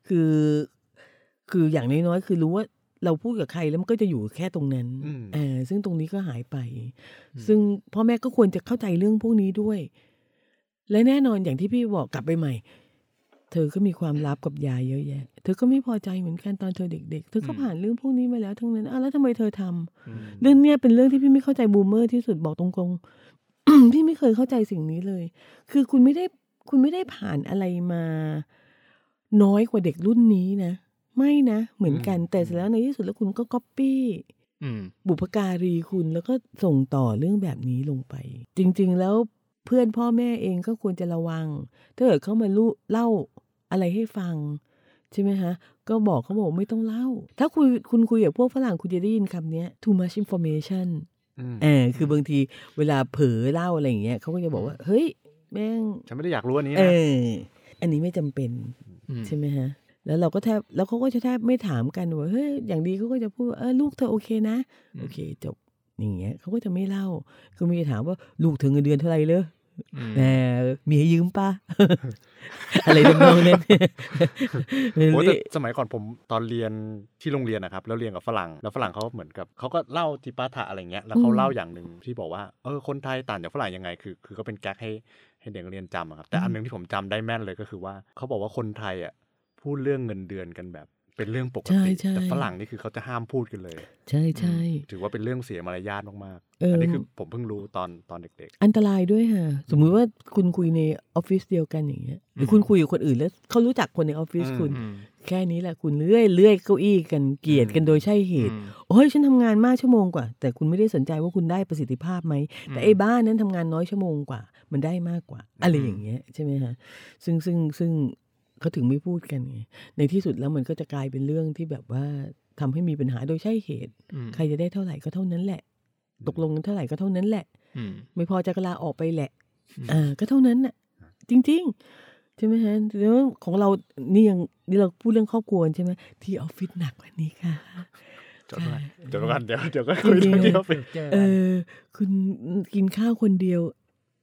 คืออย่างน้อยๆคือรู้ว่าเราพูดกับใครแล้วมันก็จะอยู่แค่ตรงนั้นซึ่งตรงนี้ก็หายไปซึ่งพ่อแม่ก็ควรจะเข้าใจเรื่องพวกนี้ด้วยและแน่นอนอย่างที่พี่บอกกลับไปใหม่เธอก็มีความลับกับยายเยอะแยะเธอก็ไม่พอใจเหมือนกันตอนเธอเด็กๆเธอก็ผ่านเรื่องพวกนี้มาแล้วทั้งนั้นแล้วทำไมเธอทำเรื่องเนี้ยเป็นเรื่องที่พี่ไม่เข้าใจบูมเมอร์ที่สุดบอกตรงๆ พี่ไม่เคยเข้าใจสิ่งนี้เลยคือคุณไม่ได้ผ่านอะไรมาน้อยกว่าเด็กรุ่นนี้นะไม่นะเหมือนกันแต่เสร็จแล้วในที่สุดแล้วคุณก็ก๊อปปี้บุพการีคุณแล้วก็ส่งต่อเรื่องแบบนี้ลงไปจริงๆแล้วเพื่อนพ่อแม่เองก็ควรจะระวังถ้าเกิดเขามาเล่าอะไรให้ฟังใช่ไหมฮะก็บอกเขาบอกไม่ต้องเล่าถ้าคุณคุยกับพวกฝรั่งคุณจะได้ยินคำนี้ too much information คือบางทีเวลาเผลอเล่าอะไรอย่างเงี้ยเขาก็จะบอกว่าเฮ้ยแม่งฉันไม่ได้อยากรู้อันนี้นะอันนี้ไม่จำเป็นใช่ไหมฮะแล้วเราก็แล้วเขาก็จะแทบไม่ถามกันว่าเฮ้ยอย่างดีเขาก็จะพูดลูกเธอโอเคนะโอเคจบอย่างเงี้ยเขาก็จะไม่เล่าคือมีถามว่าลูกเธอเงินเดือนเท่าไหร่เลยมีให้ยืมป่ะ อะไรทำนองนั้นโอ้แต่สมัยก่อนผมตอนเรียนที่โรงเรียนนะครับแล้วเรียนกับฝรั่งแล้วฝรั่งเขาเหมือนกับเขาก็เล่าจิปาถะอะไรเงี้ยแล้วเขาเล่าอย่างนึงที่บอกว่าคนไทยต่างจากฝรั่งยังไงคือก็เป็นแก๊กให้เด็กเรียนจำครับแต่อันนึงที่ผมจำได้แม่นเลยก็คือว่าเขาบอกว่าคนไทยพูดเรื่องเงินเดือนกันแบบเป็นเรื่องปกติแต่ฝรั่งนี่คือเขาจะห้ามพูดกันเลยใช่ใช่ถือว่าเป็นเรื่องเสียมารยาทมากๆอันนี้คือผมเพิ่งรู้ตอนเด็กๆอันตรายด้วยค่ะสมมุติว่าคุณคุยในออฟฟิศเดียวกันอย่างเงี้ยหรือคุณคุยกับคนอื่นแล้วเขารู้จักคนในออฟฟิศคุณแค่นี้แหละคุณเลื่อยเก้าอี้กันเกลียดกันโดยใช่เหตุโอ้ยฉันทำงานมากชั่วโมงกว่าแต่คุณไม่ได้สนใจว่าคุณได้ประสิทธิภาพไหมแต่ไอ้บ้านนั้นทำงานน้อยชั่วโมงกว่ามันได้มากกว่าอะไรอย่างเงี้ยใช่ไหมคะซึ่งเขาถึงไม่พูดกันไงในที่สุดแล้วมันก็จะกลายเป็นเรื่องที่แบบว่าทำให้มีปัญหาโดยใช่เหตุใครจะได้เท่าไหร่ก็เท่านั้นแหละตกลงกันเท่าไหร่ก็เท่านั้นแหละไม่พอจะกลาออกไปแหละก็เท่านั้นน่ะจริงๆใช่ไหมฮะแล้วของเรานี่เราพูดเรื่องครอบครัวใช่ไหมที่ออฟฟิศหนักกว่านี้ค่ะเดี๋ยวก็คุยเรื่องที่ออฟฟิศคุณกินข้าวคนเดียว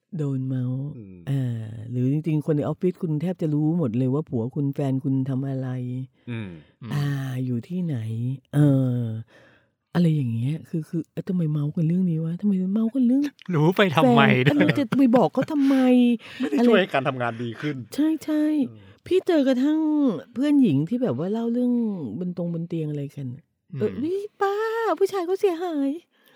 โดนเมาส์หรือจริงๆคนในออฟฟิศคุณแทบจะรู้หมดเลยว่าผัวคุณแฟนคุณทำอะไรอยู่ที่ไหนอะไรอย่างเงี้ยคือทำไมเมาส์กันเรื่องนี้วะทำไมเมาส์กันเรื่องรู้ไปทำไมด้วยจะไปบอกเขาทำไมไม่ได้ช่วยการทำงานดีขึ้นใช่พี่เจอกระทั่งเพื่อนหญิงที่แบบว่าเล่าเรื่องบนเตียงอะไรกันนี่ป้าผู้ชายเขาเสียหาย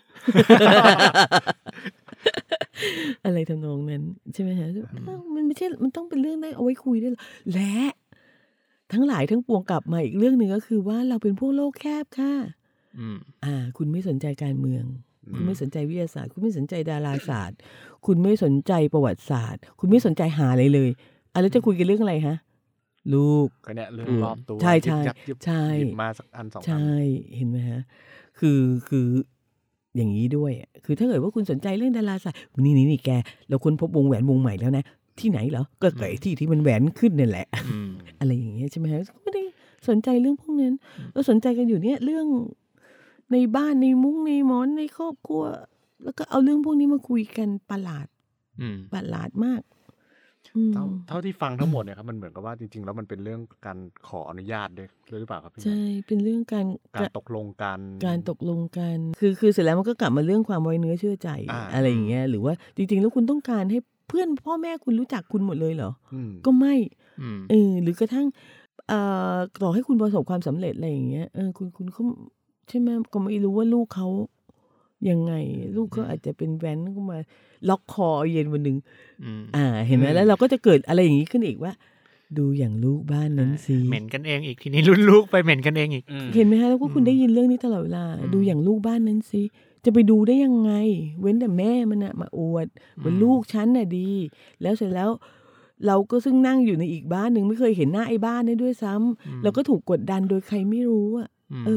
อะไรทำนองนั้นใช่ไหมฮะมันไม่ใช่มันต้องเป็นเรื่องได้เอาไว้คุยได้และทั้งหลายทั้งปวงกลับมาอีกเรื่องหนึ่งก็คือว่าเราเป็นพวกโลกแคบค่ะคุณไม่สนใจการเมืองคุณไม่สนใจวิทยาศาสตร์คุณไม่สนใจดาราศาสตร์คุณไม่สนใจประวัติศาสตร์คุณไม่สนใจหาอะไรเลยแล้วจะคุยกันเรื่องอะไรฮะลูกก็เนี่ยเรื่องรอบตัวใช่หยิบมาสักอันสองอันใช่เห็นไหมฮะคืออย่างนี้ด้วยคือถ้าเกิดว่าคุณสนใจเรื่องดาราศาสตร์นี่แกเราค้นพบวงแหวนวงใหม่แล้วนะที่ไหนเหรอก็ไอ้ที่มันแหวนขึ้นนั่นแหละอะไรอย่างเงี้ยใช่ไหมฮะไม่ได้สนใจเรื่องพวกนั้นเราสนใจกันอยู่เนี่ยเรื่องในบ้านในมุ้งในหมอนในครอบครัวแล้วก็เอาเรื่องพวกนี้มาคุยกันประหลาดมากเท่าที่ฟังทั้งหมดเนี่ยครับมันเหมือนกับว่าจริงๆแล้วมันเป็นเรื่องการขออนุญาตด้วยหรือเปล่าครับพี่ใช่เป็นเรื่องการตกลงกันคือเสร็จแล้วมันก็กลับมาเรื่องความไว้เนื้อเชื่อใจอะไรอย่างเงี้ยหรือว่าจริงๆแล้วคุณต้องการให้เพื่อนพ่อแม่คุณรู้จักคุณหมดเลยเหรอก็ไม่หรือกระทั่งต่อให้คุณประสบความสำเร็จอะไรอย่างเงี้ยคุณเขาใช่ไหมก็ไม่รู้ว่าลูกเขายังไงลูกก็อาจจะเป็นแว้นก็มาล็อกคอเย็นวันหนึ่งเห็นไหมแล้วเราก็จะเกิดอะไรอย่างนี้ขึ้นอีกว่าดูอย่างลูกบ้านนั้นสิเหม็นกันเองอีกทีนี้รุ่นลูกไปเหม็นกันเองอีกเห็นไหมฮะแล้วก็คุณได้ยินเรื่องนี้ตลอดเวลาดูอย่างลูกบ้านนั้นสิจะไปดูได้ยังไงเว้นแต่แม่มันอะมาอวดว่าลูกฉันน่ะดีแล้วเสร็จแล้วเราก็ซึ่งนั่งอยู่ในอีกบ้านหนึ่งไม่เคยเห็นหน้าไอ้บ้านนี้ด้วยซ้ำเราก็ถูกกดดันโดยใครไม่รู้อ่ะ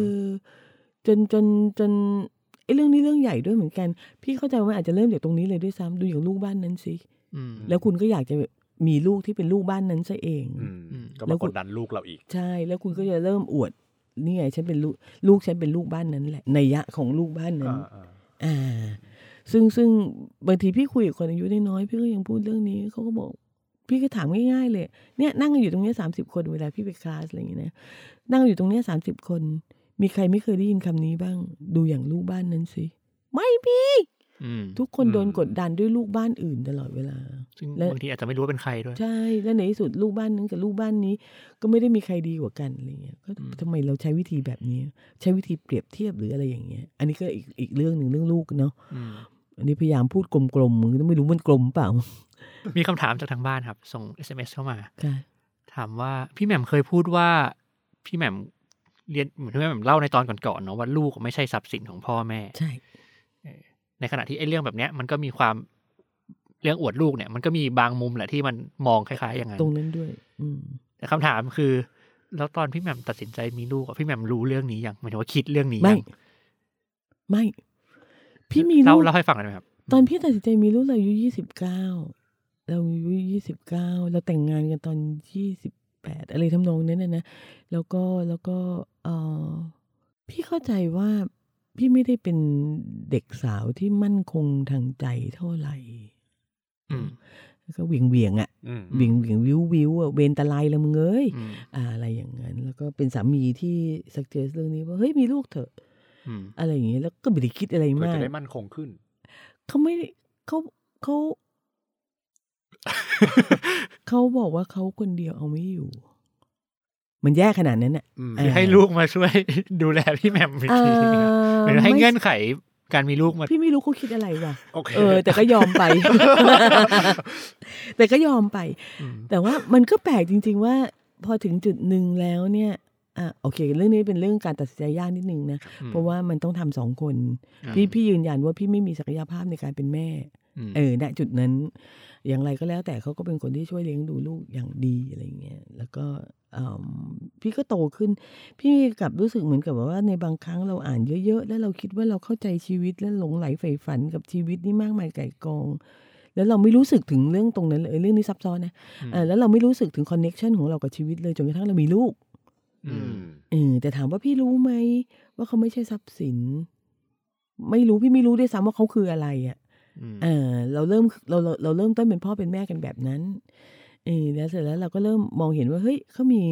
จนไอ้เรื่องนี้เรื่องใหญ่ด้วยเหมือนกันพี่เข้าใจว่าอาจจะเริ่มจากตรงนี้เลยด้วยซ้ำดูอย่างลูกบ้านนั้นสิแล้วคุณก็อยากจะมีลูกที่เป็นลูกบ้านนั้นซะเองก็มากดดันลูกเราอีกใช่แล้วคุณก็จะเริ่มอวดนี่ไงฉันเป็นลูกฉันเป็นลูกบ้านนั้นแหละนัยยะของลูกบ้านนั้นซึ่งบางทีพี่คุยกับคนอายุน้อยพี่ก็ยังพูดเรื่องนี้เขาก็บอกพี่ก็ถามง่ายๆเลยเนี่ยนั่งอยู่ตรงนี้30 คนเวลาพี่ไปคลาสอะไรอย่างเงี้ยนะนั่งอยู่ตรงนี้30 คนมีใครไม่เคยได้ยินคำนี้บ้างดูอย่างลูกบ้านนั้นสิไม่มีทุกคนโดนกดดันด้วยลูกบ้านอื่นตลอดเวลาและบางทีอาจจะไม่รู้ว่าเป็นใครด้วยใช่แล้วในที่สุดลูกบ้านนั้นกับลูกบ้านนี้ก็ไม่ได้มีใครดีกว่ากันอะไรเงี้ยก็ทำไมเราใช้วิธีแบบนี้ใช้วิธีเปรียบเทียบหรืออะไรอย่างเงี้ยอันนี้ก็อีกเรื่องหนึ่งเรื่องลูกเนาะอันนี้พยายามพูดกลมๆมึงไม่รู้มันกลมเปล่ามีคำถามจากทางบ้านครับส่ง SMS เข้ามาถามว่าพี่แหม่มเคยพูดว่าพี่แหม่มเรียนเหมือนที่แม่แหม่มเล่าในตอนก่อนๆเนาะว่าลูกไม่ใช่ทรัพย์สินของพ่อแม่ใช่ในขณะที่ไอ้เรื่องแบบเนี้ยมันก็มีความเรื่องอวดลูกเนี่ยมันก็มีบางมุมแหละที่มันมองคล้ายๆอย่างนั้นตรงนั้นด้วยแต่คำถามคือแล้วตอนพี่แหม่มตัดสินใจมีลูกพี่แหม่มรู้เรื่องนี้ยังหมายถึงว่าคิดเรื่องนี้ยังไม่พี่มีลูกเล่าให้ฟังหน่อยไหมครับตอนพี่ตัดสินใจมีลูกเราอายุ29เราอายุ29เราแต่งงานกันตอน28อะไรทำนองนั้นนะแล้วก็พี่เข้าใจว่าพี่ไม่ได้เป็นเด็กสาวที่มั่นคงทางใจเท่าไหร่ก็เวียงอ่ะเวียงวิวเวนตะไลละมึงเอ้ยอะไรอย่างนั้นแล้วก็เป็นสามีที่ซักเจสเรื่องนี้ว่าเฮ้ยมีลูกเถอะอะไรอย่างนี้แล้วก็ไม่ได้คิดอะไรมากจะได้มั่นคงขึ้นเขาไม่เขาบอกว่าเขาคนเดียวเอาไม่อยู่มันแย่ขนาดนั้นน่ะให้ลูกมาช่วยดูแลพี่แหม่มอีกทีหรือให้เงื่อนไขการมีลูกมาพี่ไม่รู้เขาคิดอะไรว่ะแต่ก็ยอมไป แต่ก็ยอมไปแต่ว่ามันก็แปลกจริงๆว่าพอถึงจุดหนึ่งแล้วเนี่ยโอเคเรื่องนี้เป็นเรื่องการตัดสินใจยากนิดนึงนะเพราะว่ามันต้องทำ2 คนพี่ยืนยันว่าพี่ไม่มีศักยภาพในการเป็นแม่ณจุดนั้นอย่างไรก็แล้วแต่เขาก็เป็นคนที่ช่วยเลี้ยงดูลูกอย่างดีอะไรเงี้ยแล้วก็พี่ก็โตขึ้นพี่กลับรู้สึกเหมือนกับว่าในบางครั้งเราอ่านเยอะๆแล้วเราคิดว่าเราเข้าใจชีวิตและหลงไหลใฝ่ฝันกับชีวิตนี่มากมายไก่กองแล้วเราไม่รู้สึกถึงเรื่องตรงนั้นเลยเรื่องนี้ซับซ้อนนะแล้วเราไม่รู้สึกถึงคอนเนคชั่นของเรากับชีวิตเลยจนกระทั่งเรามีลูกแต่ถามว่าพี่รู้ไหมว่าเขาไม่ใช่ทรัพย์สินไม่รู้พี่ไม่รู้ด้วยซ้ำว่าเขาคืออะไรอ่ะเราเริ่มต้นเป็นพ่อเป็นแม่กันแบบนั้นแล้วเสร็จแล้วเราก็เริ่มมองเห็นว่าเฮ้ยเขามี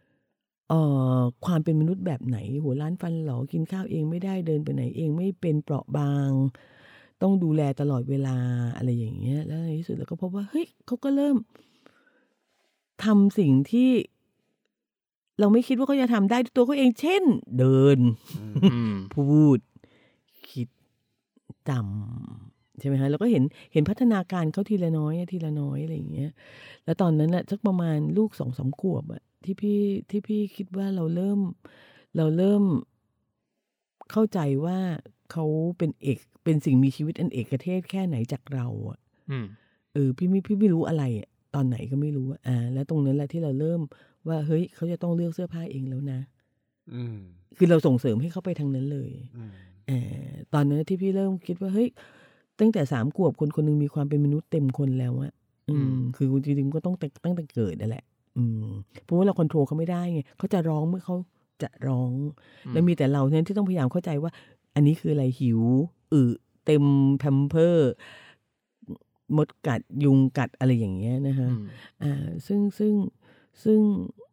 ความเป็นมนุษย์แบบไหนหัวล้านฟันหลอกินข้าวเองไม่ได้เดินไปไหนเองไม่เป็นเปราะบางต้องดูแลตลอดเวลาอะไรอย่างเงี้ยแล้วในที่สุดเราก็พบว่าเฮ้ยเขาก็เริ่มทำสิ่งที่เราไม่คิดว่าเขาจะทำได้ด้วยตัวเขาเองเช่นเดินพูดคิดจำใช่ไหมฮะแล้วก็เห็นพัฒนาการเขาทีละน้อยอะไรอย่างเงี้ยแล้วตอนนั้นน่ะสักประมาณลูก 2-3 ขวบอะที่พี่คิดว่าเราเริ่มเข้าใจว่าเขาเป็นสิ่งมีชีวิตอันเอกเทศแค่ไหนจากเราอ่ะพี่ไม่รู้อะไรตอนไหนก็ไม่รู้แล้วตรงนั้นแหละที่เราเริ่มว่าเฮ้ยเขาจะต้องเลือกเสื้อผ้าเองแล้วนะคือเราส่งเสริมให้เขาไปทางนั้นเลยตอนนั้นที่พี่เริ่มคิดว่าเฮ้ยตั้งแต่3 ขวบคนนึงมีความเป็นมนุษย์เต็มคนแล้วอะคือจริงๆก็ต้องตั้งแต่เกิดนั่นแหละเพราะว่าเราควบคุมเขาไม่ได้ไงเขาจะร้องเมื่อเขาจะร้องแล้วมีแต่เราเนี่ยที่ต้องพยายามเข้าใจว่าอันนี้คืออะไรหิวเต็มแพมเพิร์สมดกัดยุงกัดอะไรอย่างเงี้ยนะฮะซึ่ง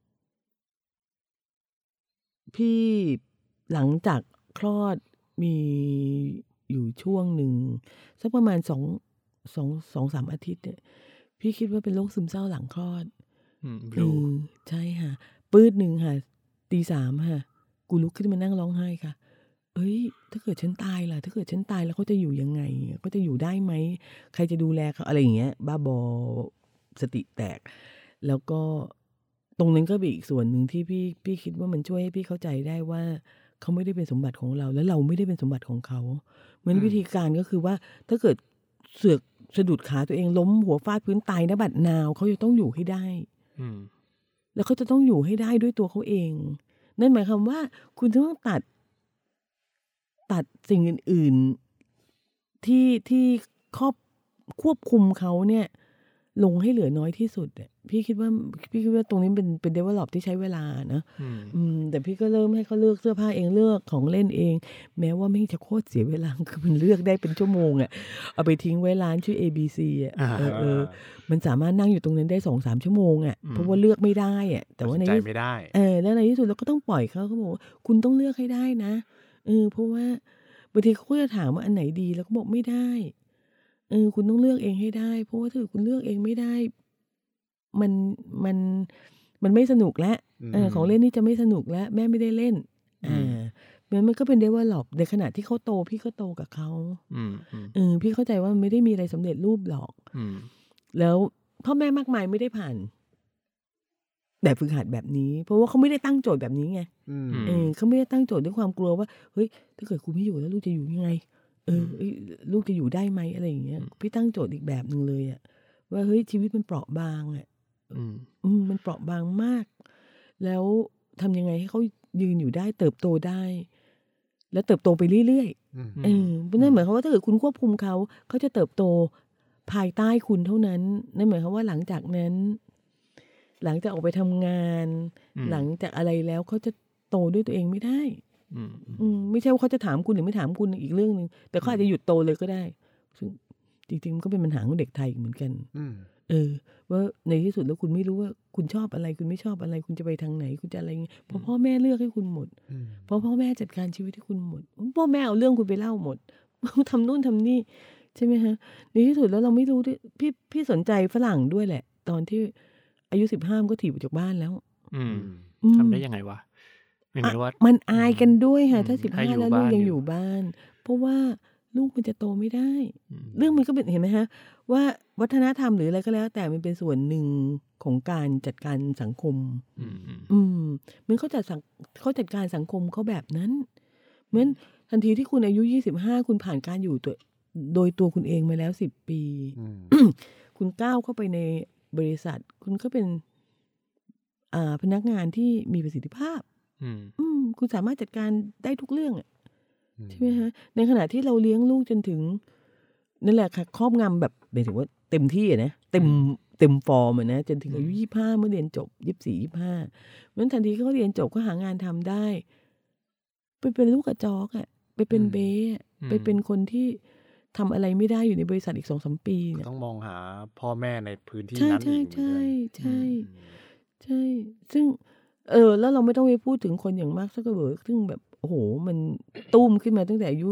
พี่หลังจากคลอดมีอยู่ช่วงหนึ่งสักประมาณ2-3 อาทิตย์เนี่ยพี่คิดว่าเป็นโรคซึมเศร้าหลังคลอดใช่ค่ะปื้ดหนึ่งค่ะ 3:00 ค่ะกูลุกขึ้นมานั่งร้องไห้ค่ะเอ้ยถ้าเกิดฉันตายล่ะถ้าเกิดฉันตายแล้วเขาจะอยู่ยังไงเขาจะอยู่ได้ไหมใครจะดูแลเขาอะไรอย่างเงี้ยบ้าบอสติแตกแล้วก็ตรงนั้นก็เป็นอีกส่วนหนึ่งที่พี่คิดว่ามันช่วยให้พี่เข้าใจได้ว่าเขาไม่ได้เป็นสมบัติของเราและเราไม่ได้เป็นสมบัติของเขาเหมือนวิธีการก็คือว่าถ้าเกิดเสือกสะดุดขาตัวเองล้มหัวฟาดพื้นตายณบัดนาวเขาจะต้องอยู่ให้ได้แล้วเขาจะต้องอยู่ให้ได้ด้วยตัวเขาเองนั่นหมายความว่าคุณต้องตัดสิ่งอื่นๆที่ควบคุมเขาเนี่ยลงให้เหลือน้อยที่สุดพี่คิดว่าตรงนี้เป็น develop ที่ใช้เวลานะแต่พี่ก็เริ่มให้เขาเลือกเสื้อผ้าเองเลือกของเล่นเองแม้ว่าไม่จะโคตรเสียเวลาคือมันเลือกได้เป็นชั่วโมงเอาไปทิ้งไว้ร้านชื่อ ABC มันสามารถนั่งอยู่ตรงนั้นได้ 2-3 ชั่วโมงเพราะว่าเลือกไม่ได้แต่ว่าในไม่ได้แล้วในที่สุดเราก็ต้องปล่อยเขาบอกว่าคุณต้องเลือกให้ได้นะเพราะว่าบางทีเขาจะถามว่าอันไหนดีแล้วก็บอกไม่ได้คุณต้องเลือกเองให้ได้เพราะว่าถ้าคุณเลือกเองไม่ได้มันไม่สนุกแล้วของเล่นนี่จะไม่สนุกแล้วแม่ไม่ได้เล่นมันก็เป็นdevelopในขณะที่เขาโตพี่ก็โตกับเขาพี่เข้าใจว่ามันไม่ได้มีอะไรสำเร็จรูปหรอกแล้วพ่อแม่มากมายไม่ได้ผ่านแบบฝึกหัดแบบนี้เพราะว่าเขาไม่ได้ตั้งโจทย์แบบนี้ไงเขาไม่ได้ตั้งโจทย์ด้วยความกลัวว่าเฮ้ยถ้าเกิดคุณไม่อยู่แล้วลูกจะอยู่ยังไงลูกจะอยู่ได้ไหมอะไรอย่างเงี้ยพี่ตั้งโจทย์อีกแบบนึงเลยว่าเฮ้ยชีวิตมันเปราะบางมันเปราะบางมากแล้วทำยังไงให้เขายืนอยู่ได้เติบโตได้แล้วเติบโตไปเรื่อยๆนั่นหมายความว่าถ้าเกิดคุณควบคุมเขาจะเติบโตภายใต้คุณเท่านั้นนั่นหมายความว่าหลังจากออกไปทำงานหลังจากอะไรแล้วเขาจะโตด้วยตัวเองไม่ได้ไม่ใช่ว่าเขาจะถามคุณหรือไม่ถามคุณอีกเรื่องนึงแต่เขาอาจจะหยุดโตเลยก็ได้ซึ่งจริงๆมันก็เป็นปัญหาของเด็กไทยเหมือนกันว่าในที่สุดแล้วคุณไม่รู้ว่าคุณชอบอะไรคุณไม่ชอบอะไรคุณจะไปทางไหนคุณจะอะไรเงี้ยเพราะพ่อแม่เลือกให้คุณหมดเพราะพ่อแม่จัดการชีวิตให้คุณหมดพ่อแม่เอาเรื่องคุณไปเล่าหมดทำนู่นทำนี่ใช่ไหมฮะในที่สุดแล้วเราไม่รู้ด้วยพี่สนใจฝรั่งด้วยแหละตอนที่อายุ 15ก็ถีบออกจากบ้านแล้วทำได้ยังไงวะมันอายกันด้วยค่ะถ้า15แล้วลูกยังอยู่บ้านเพราะว่าลูกมันจะโตไม่ได้เรื่องมันก็เป็นเห็นไหมฮะว่าวัฒนธรรมหรืออะไรก็แล้วแต่มันเป็นส่วนหนึ่งของการจัดการสังคมมันเขาจัดการสังคมเขาแบบนั้นเหมือนทันทีที่คุณอายุ25คุณผ่านการอยู่โดยตัวคุณเองมาแล้ว10 ปีคุณก้าวเข้าไปในบริษัทคุณก็เป็นพนักงานที่มีประสิทธิภาพคุณสามารถจัดการได้ทุกเรื่องใช่ไหมฮะในขณะที่เราเลี้ยงลูกจนถึงนั่นแหละค่ะครอบงำแบบหมายถึงว่าเต็มที่นะเต็มฟอร์มนะจนถึงอายุ25เมื่อเรียนจบ24-25เพราะฉะนั้นทันทีเขาเรียนจบก็หางานทำได้ไปเป็นลูกกระจอกไปเป็นเบ้ไปเป็นคนที่ทำอะไรไม่ได้อยู่ในบริษัทอีก 2-3 ปีเนี่ยต้องมองหาพ่อแม่ในพื้นที่นั้นอีกใช่ซึ่งแล้วเราไม่ต้องไปพูดถึงคนอย่างมาร์ค ซักเคอร์เบิร์กซึ่งแบบโอ้โหมันตุ้มขึ้นมาตั้งแต่อายุ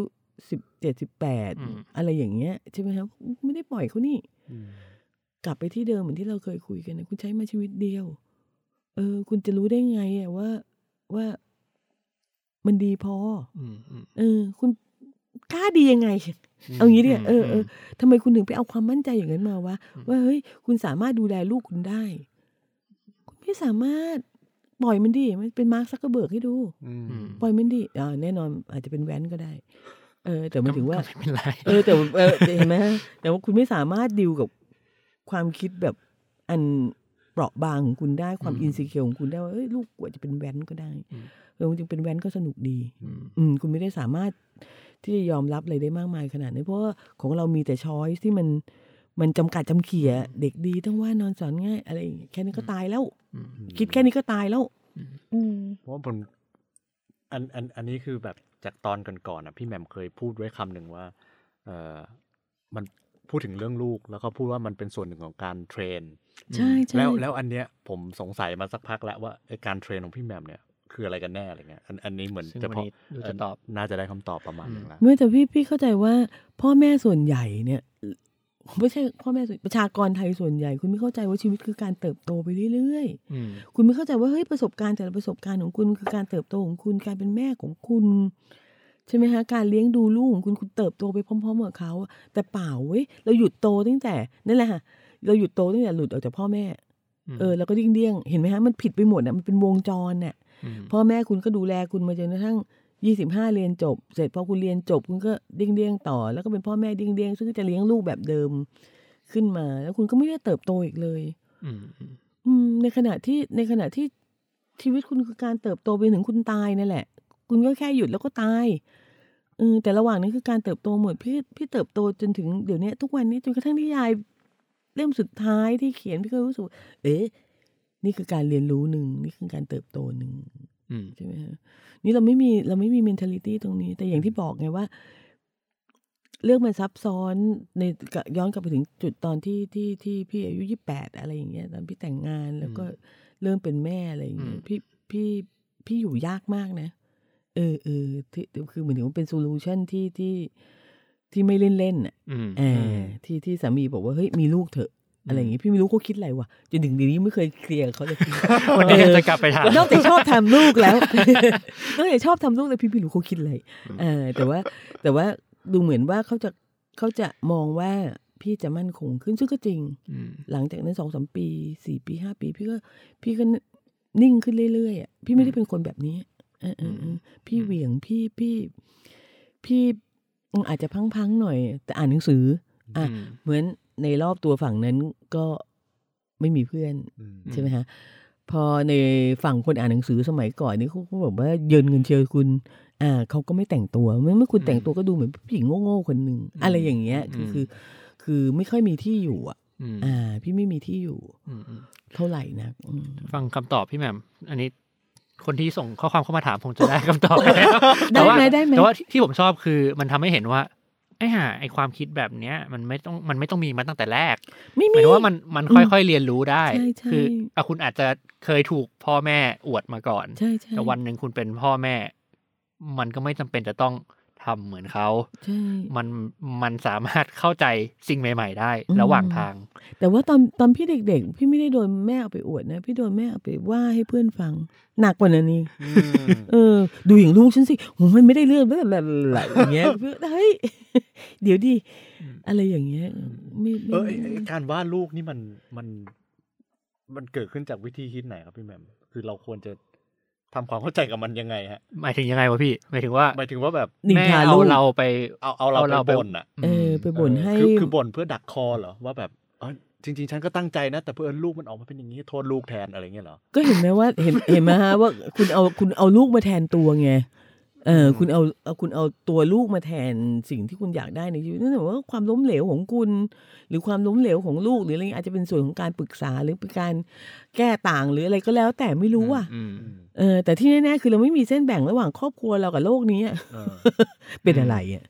17-18อะไรอย่างเงี้ยใช่ไหมครับไม่ได้ปล่อยเขานี่กลับไปที่เดิมเหมือนที่เราเคยคุยกันนะคุณใช้มาชีวิตเดียวคุณจะรู้ได้ไงอะว่ามันดีพอคุณกล้าดียังไงเอางี้ดิทำไมคุณถึงไปเอาความมั่นใจอย่างนั้นมาวะว่าเฮ้ยคุณสามารถดูแลลูกคุณได้คุณไม่สามารถปล่อยมันดิมันเป็นมาร์ค ซักเคอร์เบิร์กให้ดูปล่อยมันดิแน่นอนอาจจะเป็นแว้นก็ได้แต่มันถึงว่าไม่เป็นไรแต่เห็นไหมแต่ว่าคุณไม่สามารถดิวกับความคิดแบบอันเปราะบางของคุณได้ความอินซิเคียวของคุณได้ว่าลูกกว่าจะเป็นแว้นก็ได้จริงเป็นแว้นก็สนุกดีคุณไม่ได้สามารถที่จะยอมรับอะไรได้มากมายขนาดนี้เพราะว่าของเรามีแต่ช้อยส์ที่มันจำกัดจำเขี่ยเด็กดีต้องว่านอนสอนง่ายอะไรแค่นี้ก็ตายแล้วคิดแค่นี้ก็ตายแล้วเพราะผมอันนี้คือแบบจากตอนก่อนๆพี่แหม่มเคยพูดไว้คำหนึ่งว่ามันพูดถึงเรื่องลูกแล้วก็พูดว่ามันเป็นส่วนหนึ่งของการเทรนใช่แล้วอันเนี้ยผมสงสัยมาสักพักแล้วว่าการเทรนของพี่แหม่มเนี่ยคืออะไรกันแน่อะไรเงี้ยอันนี้เหมือนจะพอตอบน่าจะได้คำตอบประมาณนึงแล้วแต่พี่เข้าใจว่าพ่อแม่ส่วนใหญ่เนี่ยไม่ใช่พ่อแม่ประชากรไทยส่วนใหญ่คุณไม่เข้าใจว่าชีวิตคือการเติบโตไปเรื่อยๆคุณไม่เข้าใจว่าเฮ้ยประสบการณ์แต่ละประสบการณ์ของคุณคือการเติบโตของคุณการเป็นแม่ของคุณใช่ไหมฮะการเลี้ยงดูลูกของคุณเติบโตไปพร้อมๆกับเขาแต่เปล่าเว้ยเราหยุดโตตั้งแต่นั่นแหละค่ะเราหยุดโตตั้งแต่หลุดออกจากพ่อแม่แล้วก็เดี้ยงเห็นไหมฮะมันผิดไปหมดนะมันเป็นวงจรเนี่ยพ่อแม่คุณก็ดูแลคุณมาจนกระทั่ง25เรียนจบเสร็จพอคุณเรียนจบคุณก็เดี้ยงต่อแล้วก็เป็นพ่อแม่เดี้ยงซึ่งจะเลี้ยงลูกแบบเดิมขึ้นมาแล้วคุณก็ไม่ได้เติบโตอีกเลยในขณะที่ชีวิตคุณคือการเติบโตไปถึงคุณตายนั่นแหละคุณก็แค่หยุดแล้วก็ตายแต่ระหว่างนี้คือการเติบโตหมดพี่เติบโตจนถึงเดี๋ยวนี้ทุกวันนี้จนกระทั่งนิยายเล่มสุดท้ายที่เขียนพี่ก็รู้สึกนี่คือการเรียนรู้หนึ่งนี่คือการเติบโตหนึ่งใช่ไหมฮะนี่เราไม่มี mentality ตรงนี้แต่อย่างที่บอกไงว่าเรื่องมันซับซ้อนในย้อนกลับไปถึงจุดตอนที่พี่อายุ28อะไรอย่างเงี้ยตอนพี่แต่งงานแล้วก็เริ่มเป็นแม่อะไรอย่างเงี้ยพี่อยู่ยากมากนะคือเหมือนถึงว่าเป็นโซลูชันที่ไม่เล่นๆอ่ะที่สามีบอกว่าเฮ้ยมีลูกเถอะอะไรอย่างงี้พี่ไม่รู้เขาคิดอะไรวะจนถึงเดี๋ยวนี้ไม่เคยเคลียร์เขาเลยวันนี้จะกลับไปถามนอกจากชอบทำลูกแล้วนอกจากชอบทำลูกแต่พี่ไม่รู้เขาคิดอะไรแต่ว่าดูเหมือนว่าเขาจะมองว่าพี่จะมั่นคงขึ้นซึ่งก็จริงหลังจากนั้น 2-3 ปี4ปี5ปีพี่ก็นิ่งขึ้นเรื่อยๆอ่ะพี่ไม่ได้เป็นคนแบบนี้พี่เหวี่ยงพี่อาจจะพังๆหน่อยแต่อ่านหนังสือเหมือนในรอบตัวฝั่งนั้นก็ไม่มีเพื่อนใช่ไหมฮะพอในฝั่งคนอ่านหนังสือสมัยก่อนนี่เขาบอกว่าเยินเงินเชียร์คุณเขาก็ไม่แต่งตัวเมื่อคุณแต่งตัวก็ดูเหมือนผู้หญิงโง่ๆคนหนึ่งอะไรอย่างเงี้ยคือไม่ค่อยมีที่อยู่พี่ไม่มีที่อยู่เท่าไหร่นะฟังคำตอบพี่แหม่มอันนี้คนที่ส่งข้อความเข้ามาถามคงจะได้คำตอบแต่ว่าที่ผมชอบคือมันทำให้เห็นว่าไอ้ความคิดแบบเนี้ยมันไม่ต้องมีมาตั้งแต่แรกหมายถึงว่ามันค่อยๆเรียนรู้ได้คือคุณอาจจะเคยถูกพ่อแม่อวดมาก่อนแต่วันนึงคุณเป็นพ่อแม่มันก็ไม่จำเป็นจะต้องทำเหมือนเขามันสามารถเข้าใจสิ่งใหม่ๆได้ระหว่างทางแต่ว่าตอนพี่เด็กๆพี่ไม่ได้โดนแม่เอาไปอวดนะพี่โดนแม่เอาไปว่าให้เพื่อนฟังหนักกว่านั้นนี่ดูอย่างลูกฉันสิมันไม่ได้เรื่องแบบอย่างเงี้ยเฮ้ยเดี๋ยวดิอะไรอย่างเงี้ยการว่าลูกนี่มันเกิดขึ้นจากวิธีคิดไหนครับพี่แหม่มคือเราควรจะทำความเข้าใจกับมันยังไงฮะหมายถึงยังไงวะพี่หมายถึงว่าแบบแม่เอาเราไปเอาเราไปบ่นอ่ะไปบ่นให้คือบ่นเพื่อดักคอเหรอว่าแบบจริงๆฉันก็ตั้งใจนะแต่เพื่อนลูกมันออกมาเป็นอย่างนี้โทษลูกแทนอะไรเงี้ยเหรอก็เห็นไหมว่าเห็นไหมฮะว่าคุณเอาลูกมาแทนตัวไงคุณเอาตัวลูกมาแทนสิ่งที่คุณอยากได้ในชีวิตนั่นหมายว่าความล้มเหลวของคุณหรือความล้มเหลวของลูกหรืออะไรอาจจะเป็นส่วนของการปรึกษาหรือเป็นการแก้ต่างหรืออะไรก็แล้วแต่ไม่รู้อ่ะแต่ที่แน่ๆคือเราไม่มีเส้นแบ่งระหว่างครอบครัวเรากับโลกนี้เป็นอะไรอ่ะ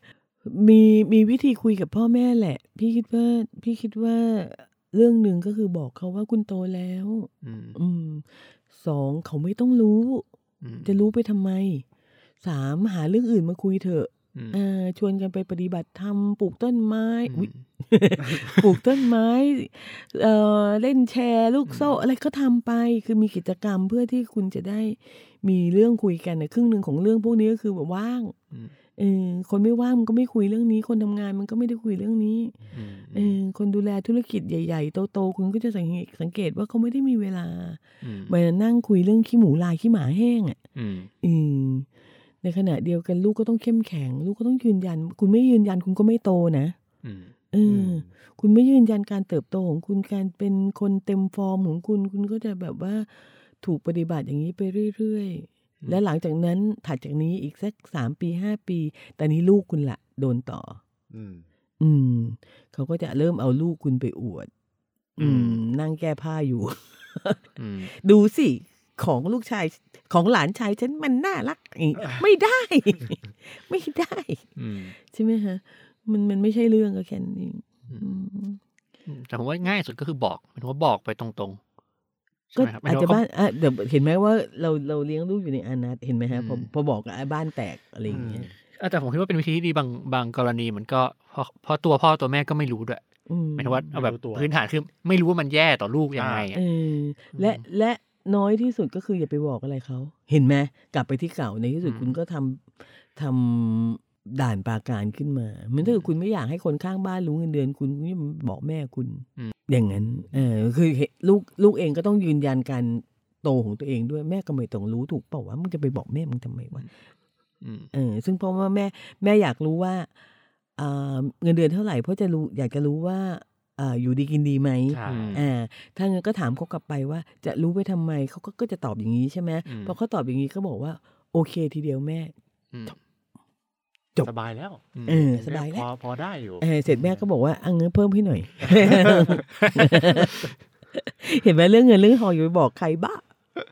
มีวิธีคุยกับพ่อแม่แหละพี่คิดว่าเรื่องหนึ่งก็คือบอกเขาว่าคุณโตแล้วสองเขาไม่ต้องรู้จะรู้ไปทำไมสามหาเรื่องอื่นมาคุยเถอะชวนกันไปปฏิบัติธรรมปลูกต้นไม้ ปลูกต้นไม้เล่นแชร์ลูกโซ่อะไรก็ทำไปคือมีกิจกรรมเพื่อที่คุณจะได้มีเรื่องคุยกันครึ่งนึงของเรื่องพวกนี้ก็คือแบบว่างคนไม่ว่างมันก็ไม่คุยเรื่องนี้คนทำงานมันก็ไม่ได้คุยเรื่องนี้คนดูแลธุรกิจใหญ่ๆโตๆคุณก็จะสังเกตว่าเขาไม่ได้มีเวลามานั่งคุยเรื่องขี้หมูลายขี้หมาแห้งในขณะเดียวกันลูกก็ต้องเข้มแข็งลูกก็ต้องยืนยันคุณไม่ยืนยันคุณก็ไม่โตนะคุณไม่ยืนยันการเติบโตของคุณการเป็นคนเต็มฟอร์มของคุณก็จะแบบว่าถูกปฏิบัติอย่างนี้ไปเรื่อยๆและหลังจากนั้นถัดจากนี้อีกสัก3 ปี5 ปีแต่นี้ลูกคุณละโดนต่อเขาก็จะเริ่มเอาลูกคุณไปอวดนั่งแก้ผ้าอยู่ ดูสิของลูกชายของหลานชายฉันมันน่ารักไม่ได้ ไม่ได้ใช่ไหมฮะมันไม่ใช่เรื่องก็แค่นั้นเองแต่ผมว่าง่ายสุดก็คือบอกหมายถึงว่าบอกไปตรงๆก็อาจจะบ้านเดี๋ยวเห็นไหมว่าเราเลี้ยงลูกอยู่ในอนาถเห็นไหมฮะพอบอกกับบ้านแตกอะไรอย่างเงี้ยแต่ผมคิดว่าเป็นวิธีที่ดีบางกรณีมันก็เพราะตัวพ่อตัวแม่ก็ไม่รู้ด้วยหมายถึงว่าเอาแบบพื้นฐานคือไม่รู้ว่ามันแย่ต่อลูกยังไงและน้อยที่สุดก็คืออย่าไปบอกอะไรเขาเห็นไหมกลับไปที่เก่าในที่สุดคุณก็ทำด่านปราการขึ้นมาเหมือนถ้าคุณไม่อยากให้คนข้างบ้านรู้เงินเดือนคุณก็บอกแม่คุณอย่างนั้นคือลูกเองก็ต้องยืนยันการโตของตัวเองด้วยแม่ก็ไม่ต้องรู้ถูกเปล่าวะมึงจะไปบอกแม่มึงทำไมวะซึ่งเพราะว่าแม่อยากรู้ว่าเงินเดือนเท่าไหร่เพราะอยากจะรู้ว่าอยู่ดีกินดีไหมถ้างั้นก็ถามเขากลับไปว่าจะรู้ไปทำไมเขาก็จะตอบอย่างนี้ใช่ไหมพอเขาตอบอย่างนี้ก็บอกว่าโอเคทีเดียวแม่จบสบายแล้วสบายแล้วพอได้อยู่เสร็จแม่ก็บอกว่าเงินเพิ่มให้หน่อย เห็นไหมเรื่องเงินเรื่องทองอยู่ไปบอกใครบ้า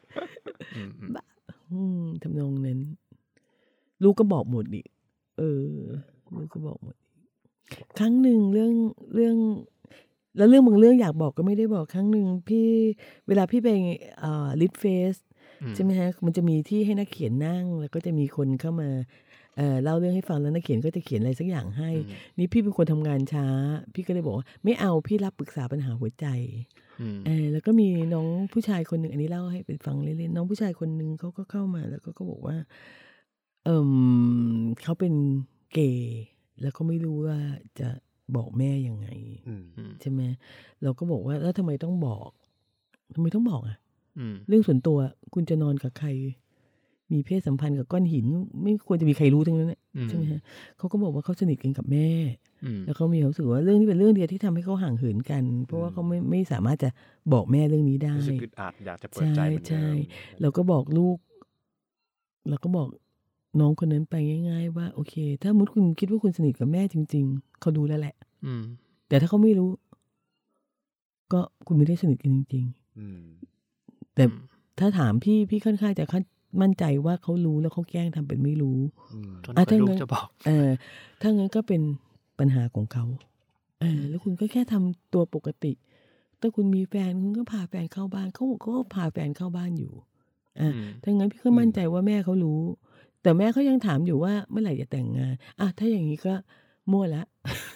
ทำนองนั้นลูกก็บอกหมดดิลูกก็บอกหมดครั้งหนึ่งเรื่องแล้วเรื่องบางเรื่องอยากบอกก็ไม่ได้บอกครั้งหนึ่งพี่เวลาพี่ไปลิทเฟสใช่ไหมฮะมันจะมีที่ให้นักเขียนนั่งแล้วก็จะมีคนเข้ามาเล่าเรื่องให้ฟังแล้วนักเขียนก็จะเขียนอะไรสักอย่างให้นี่พี่เป็นคนทำงานช้าพี่ก็เลยบอกว่าไม่เอาพี่รับปรึกษาปัญหาหัวใจแล้วก็มีน้องผู้ชายคนหนึ่งอันนี้เล่าให้เป็นฟังเล่นๆน้องผู้ชายคนหนึ่งเขาก็เข้ามาแล้วก็บอกว่าเขาเป็นเกย์แล้วเขาไม่รู้ว่าจะบอกแม่ยังไงใช่ไหมเราก็บอกว่าแล้วทำไมต้องบอกอ่ะเรื่องส่วนตัวคุณจะนอนกับใครมีเพศสัมพันธ์กับก้อนหินไม่ควรจะมีใครรู้ทั้งนั้นใช่ไหมฮะเขาก็บอกว่าเขาสนิทกันกับแม่แล้วเขามีความรู้สึกว่าเรื่องนี้เป็นเรื่องเดียวที่ทำให้เขาห่างเหินกันเพราะว่าเขาไม่สามารถจะบอกแม่เรื่องนี้ได้รู้สึกอึดอัดอยากจะเปิดใจเหมือนเดิมใช่เราก็บอกลูกเราก็บอกน้องคนนั้นไปง่ายๆว่าโอเคถ้ามุดคุณคิดว่าคุณสนิทกับแม่จริงๆเขาดูแล้วแหละแต่ถ้าเขาไม่รู้ก็คุณไม่ได้สนิทกันจริงๆแต่ถ้าถามพี่ค่อนข้างจะมั่นใจว่าเขารู้แล้วเขาแกล้งทำเป็นไม่รู้ถ้างั้นจะบอกถ้างั้นก็เป็นปัญหาของเขาแล้วคุณก็แค่ทำตัวปกติถ้าคุณมีแฟนคุณก็พาแฟนเข้าบ้านเขาก็พาแฟนเข้าบ้านอยู่ถ้างั้นพี่ก็มั่นใจว่าแม่เขารู้แต่แม่เขายังถามอยู่ว่าเมื่อไหร่จะแต่งงานถ้าอย่างนี้ก็มั่วละ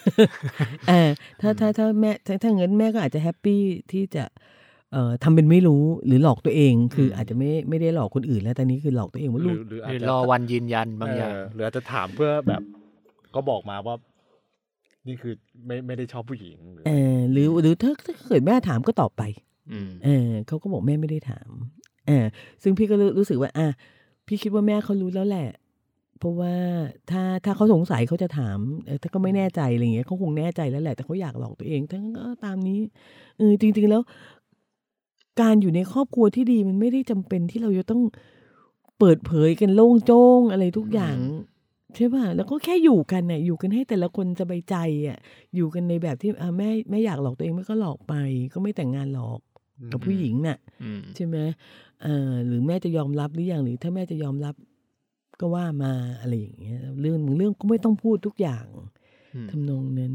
ถ้าแม่ถ้างั้นแม่ก็อาจจะแฮปปี้ที่จะทำเป็นไม่รู้หรือหลอกตัวเองคืออาจจะไม่ได้หลอกคนอื่นแล้วแต่นี้คือหลอกตัวเองว่าลูกหรือรอวันยืนยันบางอย่างหรืออาจจะถามเพื่อแบบก็บอกมาว่านี่คือไม่ได้ชอบผู้หญิงหรือถ้าเกิดแม่ถามก็ตอบไปเขาก็บอกแม่ไม่ได้ถามซึ่งพี่ก็รู้สึกว่าพี่คิดว่าแม่เขารู้แล้วแหละเพราะว่าถ้าเขาสงสัยเขาจะถามถ้าก็ไม่แน่ใจอะไรเงี้ยเขาคงแน่ใจแล้วแหละแต่เขาอยากหลอกตัวเองทั้งก็ตามนี้จริงๆแล้วการอยู่ในครอบครัวที่ดีมันไม่ได้จำเป็นที่เราจะต้องเปิดเผยกันโล่งโจ้งอะไรทุกอย่างใช่ป่ะแล้วก็แค่อยู่กันน่ะอยู่กันให้แต่ละคนสบายใจอยู่กันในแบบที่แม่อยากหลอกตัวเองแม่ก็หลอกไปก็ไม่แต่งงานหรอกกับผู้หญิงน่ะใช่ไหมหรือแม่จะยอมรับหรือยังหรือถ้าแม่จะยอมรับก็ว่ามาอะไรอย่างเงี้ยเรื่องก็ไม่ต้องพูดทุกอย่างทำนองนั้น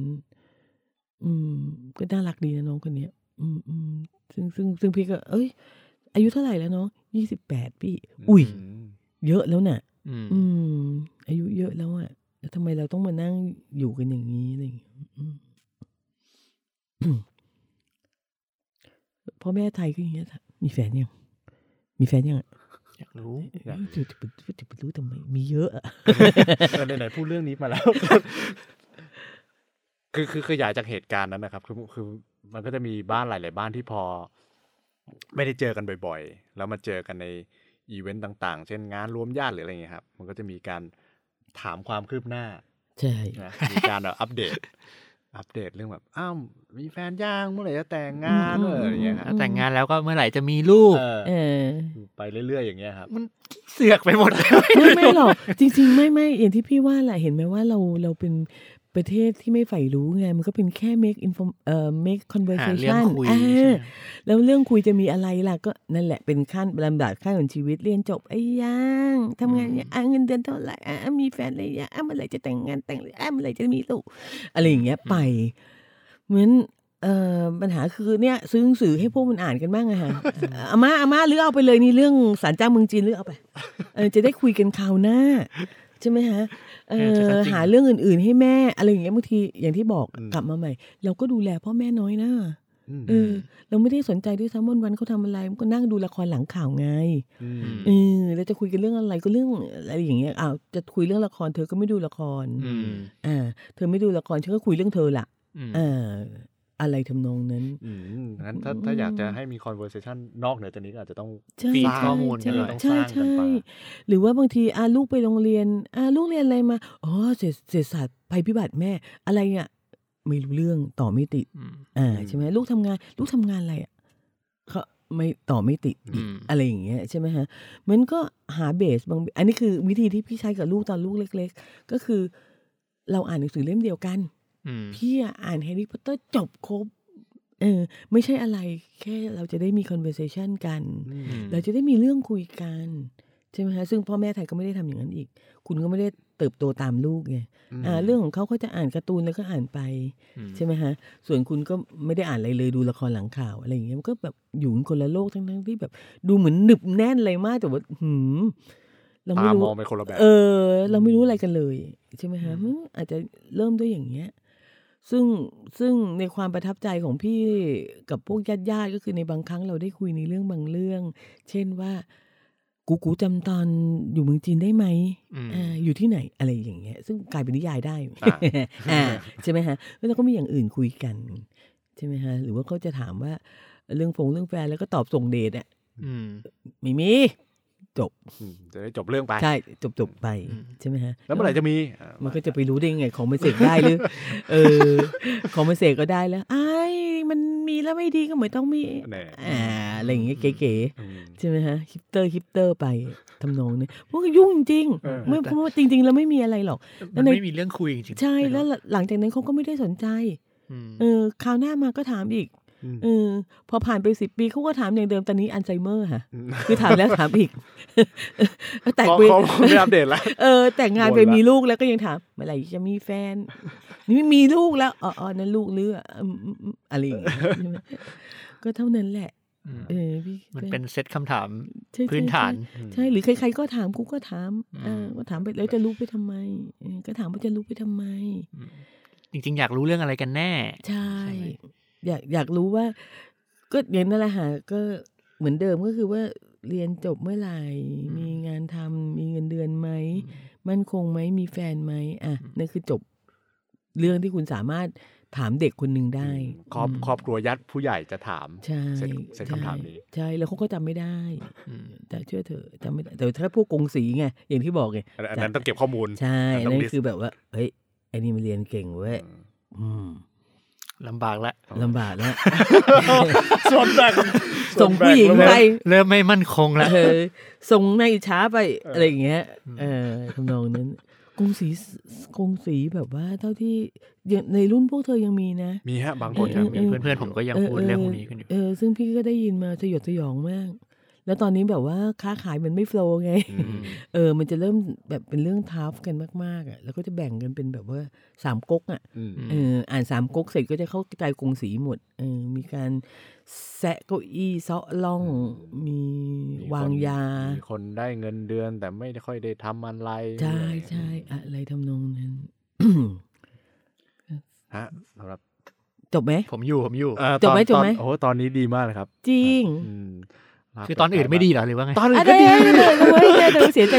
ก็น่ารักดีนะน้องคนเนี้ยซึ่งพี่ก็อายุเท่าไหร่แล้วน้อง28พี่อุ้ยเยอะแล้วน่ะอายุเยอะแล้วอ่ะแล้วทำไมเราต้องมานั่งอยู่กันอย่างนี้อะไรอย่างเงี้ยพ่อแม่ไทยก็อย่างเงี้ยมีแฟนยังอยากรู้จะไปรู้ทำไมมีเยอะอ่ะไหนพูดเรื่องนี้มาแล้วคืออยากจากเหตุการณ์นั้นนะครับคือมันก็จะมีบ้านหลายๆบ้านที่พอไม่ได้เจอกันบ่อยๆแล้วมาเจอกันในอีเวนต์ต่างๆเช่นงานรวมญาติหรืออะไรอย่างเงี้ยครับมันก็จะมีการถามความคืบหน้าใช่มีการอัปเดตเรื่องแบบอ้าวมีแฟนย่างเมื่อไหร่จะแต่งงานอะไรอย่างเงี้ยแต่งงานแล้วก็เมื่อไหร่จะมีลูกไปเรื่อยๆอย่างเงี้ยครับมันเสือกไปหมดไม่หรอกจริงๆไม่อย่างที่พี่ว่าแหละเห็นไหมว่าเราเป็นประเทศที่ไม่ใฝ่รู้ไงมันก็เป็นแค่ make conversation แล้วเรื่องคุยจะมีอะไรล่ะก็นั่นแหละเป็นขั้นลำดับขั้นของชีวิตเรียนจบยังทำงานยังเงินเดือนเท่าไหร่มีแฟนอะไรยังเมื่อไหร่จะแต่งงานเมื่อไหร่จะมีลูกอะไรอย่างเงี้ยไปเหมือนปัญหาคือเนี่ยซื้อหนังสือให้พวกมันอ่านกันบ้างอะค่ะอาม่าหรือเอาไปเลยนี่เรื่องศาลเจ้าเมืองจีนหรือเอาไปจะได้คุยกันคราวหน้าใช่ไหมฮะหาเรื่องอื่นๆให้แม่อะไรอย่างเงี้ยบางทีอย่างที่บอกกลับมาใหม่เราก็ดูแลพ่อแม่น้อยนะเราไม่ได้สนใจด้วยซ้ำวันเขาทำอะไรมันก็นั่งดูละครหลังข่าวไงแล้วจะคุยกันเรื่องอะไรก็เรื่องอะไรอย่างเงี้ยจะคุยเรื่องละครเธอก็ไม่ดูละครเธอไม่ดูละครฉันก็คุยเรื่องเธอล่ะอะไรทำนองนั้นงั้นถ้าอยากจะให้มี conversation นอกเหนือจากนี้ก็อาจจะต้องฟีดข้อมูลกันต้องสร้างกันไปหรือว่าบางทีลูกไปโรงเรียนลูกเรียนอะไรมาเศรษฐศาสตร์ภัยพิบัติแม่อะไรอ่ะไม่รู้เรื่องต่อไม่ติดใช่ไหมลูกทำงานอะไรอ่ะเขาไม่ต่อไม่ติดอะไรอย่างเงี้ยใช่ไหมฮะมันก็หาเบสบางอันนี้คือวิธีที่พี่ใช้กับลูกตอนลูกเล็กๆก็คือเราอ่านหนังสือเล่มเดียวกันพี่อ่านแฮร์รี่พอตเตอร์จบครบไม่ใช่อะไรแค่เราจะได้มี conversation กันเราจะได้มีเรื่องคุยกันใช่ไหมฮะซึ่งพ่อแม่ไทยก็ไม่ได้ทำอย่างนั้นอีกคุณก็ไม่ได้เติบโตตามลูกไงเรื่องของเขาจะอ่านการ์ตูนแล้วก็อ่านไปใช่ไหมฮะส่วนคุณก็ไม่ได้อ่านอะไรเลยดูละครหลังข่าวอะไรอย่างเงี้ยมันก็แบบอยู่คนละโลกทั้งที่แบบดูเหมือนหนึบแน่นอะไรมากแต่ว่าเราไม่รู้มองไปคนละแบบเราไม่รู้อะไรกันเลยใช่ไหมฮะอาจจะเริ่มด้วยอย่างเงี้ยซึ่งในความประทับใจของพี่กับพวกญาติก็คือในบางครั้งเราได้คุยในเรื่องบางเรื่องเช่นว่ากูจำตอนอยู่เมืองจีนได้ไหมอยู่ที่ไหนอะไรอย่างเงี้ยซึ่งกลายเป็นนิยายได้ใช่ไหมฮะแล้วเราก็มีอย่างอื่นคุยกันใช่ไหมฮะหรือว่าเขาจะถามว่าเรื่องแฟนแล้วก็ตอบส่งเดทอ่ะไม่มีจบจะได้จบเรื่องไปใช่จบไปใช่ไหมฮะแล้วเมื่อไหร่จะมีมันก็จะไปรู้ได้ไงของมันเสกได้หรือของมันเสกก็ได้แล้วมันมีแล้วไม่ดีก็ไม่ต้องมีอะไรอย่างเงี้ยเก๋ๆใช่ไหมฮะฮิปเตอร์ไปทำนองนี้พวกยุ่งจริงไม่เพราะว่าจริงๆแล้วไม่มีอะไรหรอกมันไม่มีเรื่องคุยจริงใช่แล้วหลังจากนั้นเขาก็ไม่ได้สนใจคราวหน้ามาก็ถามอีกพอผ่านไป10 ปีเขาก็ถามอย่างเดิมตอนนี้อัลไซเมอร์ค่ะคือถามแล้วถามอีกแต่งไปไม่อัปเดตแล้วแต่งงานไปมีลูกแล้วก็ยังถามเมื่อไหร่จะมีแฟนนี่มีลูกแล้วนั่นลูกหรืออะไรอย่างเงี้ยก็เท่านั้นแหละมันเป็นเซตคำถามพื้นฐานใช่หรือใครๆก็ถามกูก็ถามก็ถามไปแล้วจะรู้ไปทำไมก็ถามว่าจะรู้ไปทำไมจริงๆอยากรู้เรื่องอะไรกันแน่ใช่อยากรู้ว่าก็อย่างนั่นแหละค่ะก็เหมือนเดิมก็คือว่าเรียนจบเมื่อไหร่มีงานทำมีเงินเดือนไหมมั่นคงไหมมีแฟนไหมนั่นคือจบเรื่องที่คุณสามารถถามเด็กคนหนึ่งได้ครอบครัวญาติผู้ใหญ่จะถามใช่เสร็จคำถามนี้ใช่แล้วเขาก็จำไม่ได้แต่เชื่อเถอะจำไม่ได้แต่ถ้าพวกกงสีไงอย่างที่บอกไงอันนั้นต้องเก็บข้อมูลใช่นั่นคือแบบว่าเฮ้ยไอ้นี่มันเรียนเก่งเว้ยลำบากแล้วส่งผู้หญิงไปเริ่มไม่มั่นคงแล้วส่งในช้าไปอะไรอย่างเงี้ยทำนองนั้นกงสีแบบว่าเท่าที่ในรุ่นพวกเธอยังมีนะมีฮะบางคนครับเพื่อนผมก็ยังพูดเรื่องพวกนี้กันอยู่ซึ่งพี่ก็ได้ยินมาสยดสยองมากแล้วตอนนี้แบบว่าค้าขายมันไม่โฟลว์ไงมันจะเริ่มแบบเป็นเรื่องทัฟกันมากๆอ่ะแล้วก็จะแบ่งกันเป็นแบบว่า3ก๊กอ่ะอ่าน3ก๊กเสร็จก็จะเข้าใจกงสีหมดมีการแซะเก้าอี้เซาะล่องมีวางยามีคนได้เงินเดือนแต่ไม่ค่อยได้ทำอะไรใช่ๆอะไรทำนองนั้นฮะสำหรับจบไหมผมอยู่จบไหมโอ้ตอนนี้ดีมากเลยครับจริงคือตอนอื่นไม่ดีเหรอหรือว่าไงตอนอื่นก็ดีเสียใจ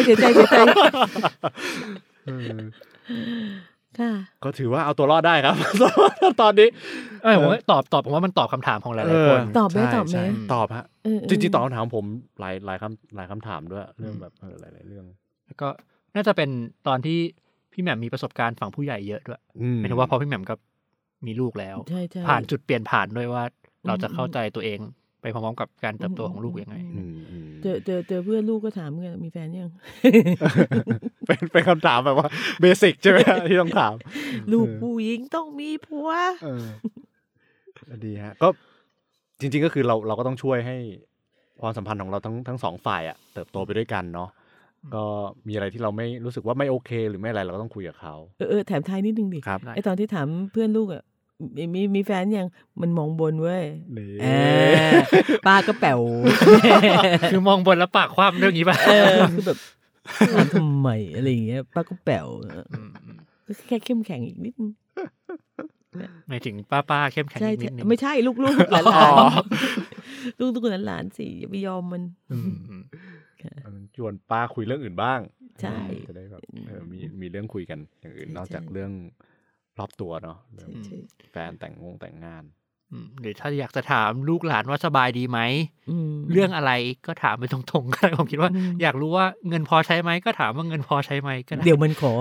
ค่ะก็ถือว่าเอาตัวรอดได้ครับตอนนี้ผมว่าตอบผมว่ามันตอบคำถามของหลายๆคนตอบไหมตอบฮะจริงๆตอบคำถามผมหลายคำถามด้วยเรื่องแบบหลายๆเรื่องแล้วก็น่าจะเป็นตอนที่พี่แหม่มมีประสบการณ์ฝั่งผู้ใหญ่เยอะด้วยหมายถึงว่าพอพี่แหม่มก็มีลูกแล้วผ่านจุดเปลี่ยนผ่านด้วยว่าเราจะเข้าใจตัวเองไปพร้อมๆกับการเติบโตของลูกยังไงเจอเพื่อนลูกก็ถามกันมีแฟนยังเป็นคำถามแบบว่าเบสิกใช่ไหมที่ต้องถามลูกผู้หญิงต้องมีผัวดีฮะก็จริงๆก็คือเราก็ต้องช่วยให้ความสัมพันธ์ของเราทั้งสองฝ่ายอ่ะเติบโตไปด้วยกันเนาะก็มีอะไรที่เราไม่รู้สึกว่าไม่โอเคหรือไม่อะไรเราก็ต้องคุยกับเขาแถมท้ายนิดนึงดิไอตอนที่ถามเพื่อนลูกอ่ะมีแฟนยังมันมองบนเว้ยป้าก็แป๋วคือมองบนแล้วปากคว่ำเรื่องนี้ป่ะคือแบบทำไมอะไรอย่างเงี้ยป้าก็แป๋วแค่เข้มแข็งอีกนิดหมายถึงป้าเข้มแข็งอีกนิดนึงไม่ใช่ลูกหลานลูกหลานสิอย่าไปยอมมันชวนป้าคุยเรื่องอื่นบ้างใช่จะได้แบบมีเรื่องคุยกันอย่างอื่นนอกจากเรื่องรอบตัวเนาะแฟนแต่งงานหรือถ้าอยากจะถามลูกหลานว่าสบายดีไหมเรื่องอะไรก็ถามไปตรงๆก็ได้ผมคิดว่าอยากรู้ว่าเงินพอใช้ไหมก็ถามว่าเงินพอใช้ไหมก็ได้เดี๋ยวมันขอ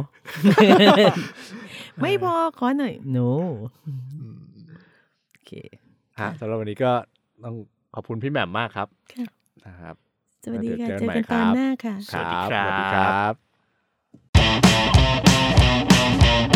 ไม่พอขอหน่อย no โอเคสำหรับวันนี้ก็ต้องขอบคุณพี่แหม่มมากครับนะครับสวัสดีค่ะเจอกันตอนหน้าค่ะสวัสดีครับ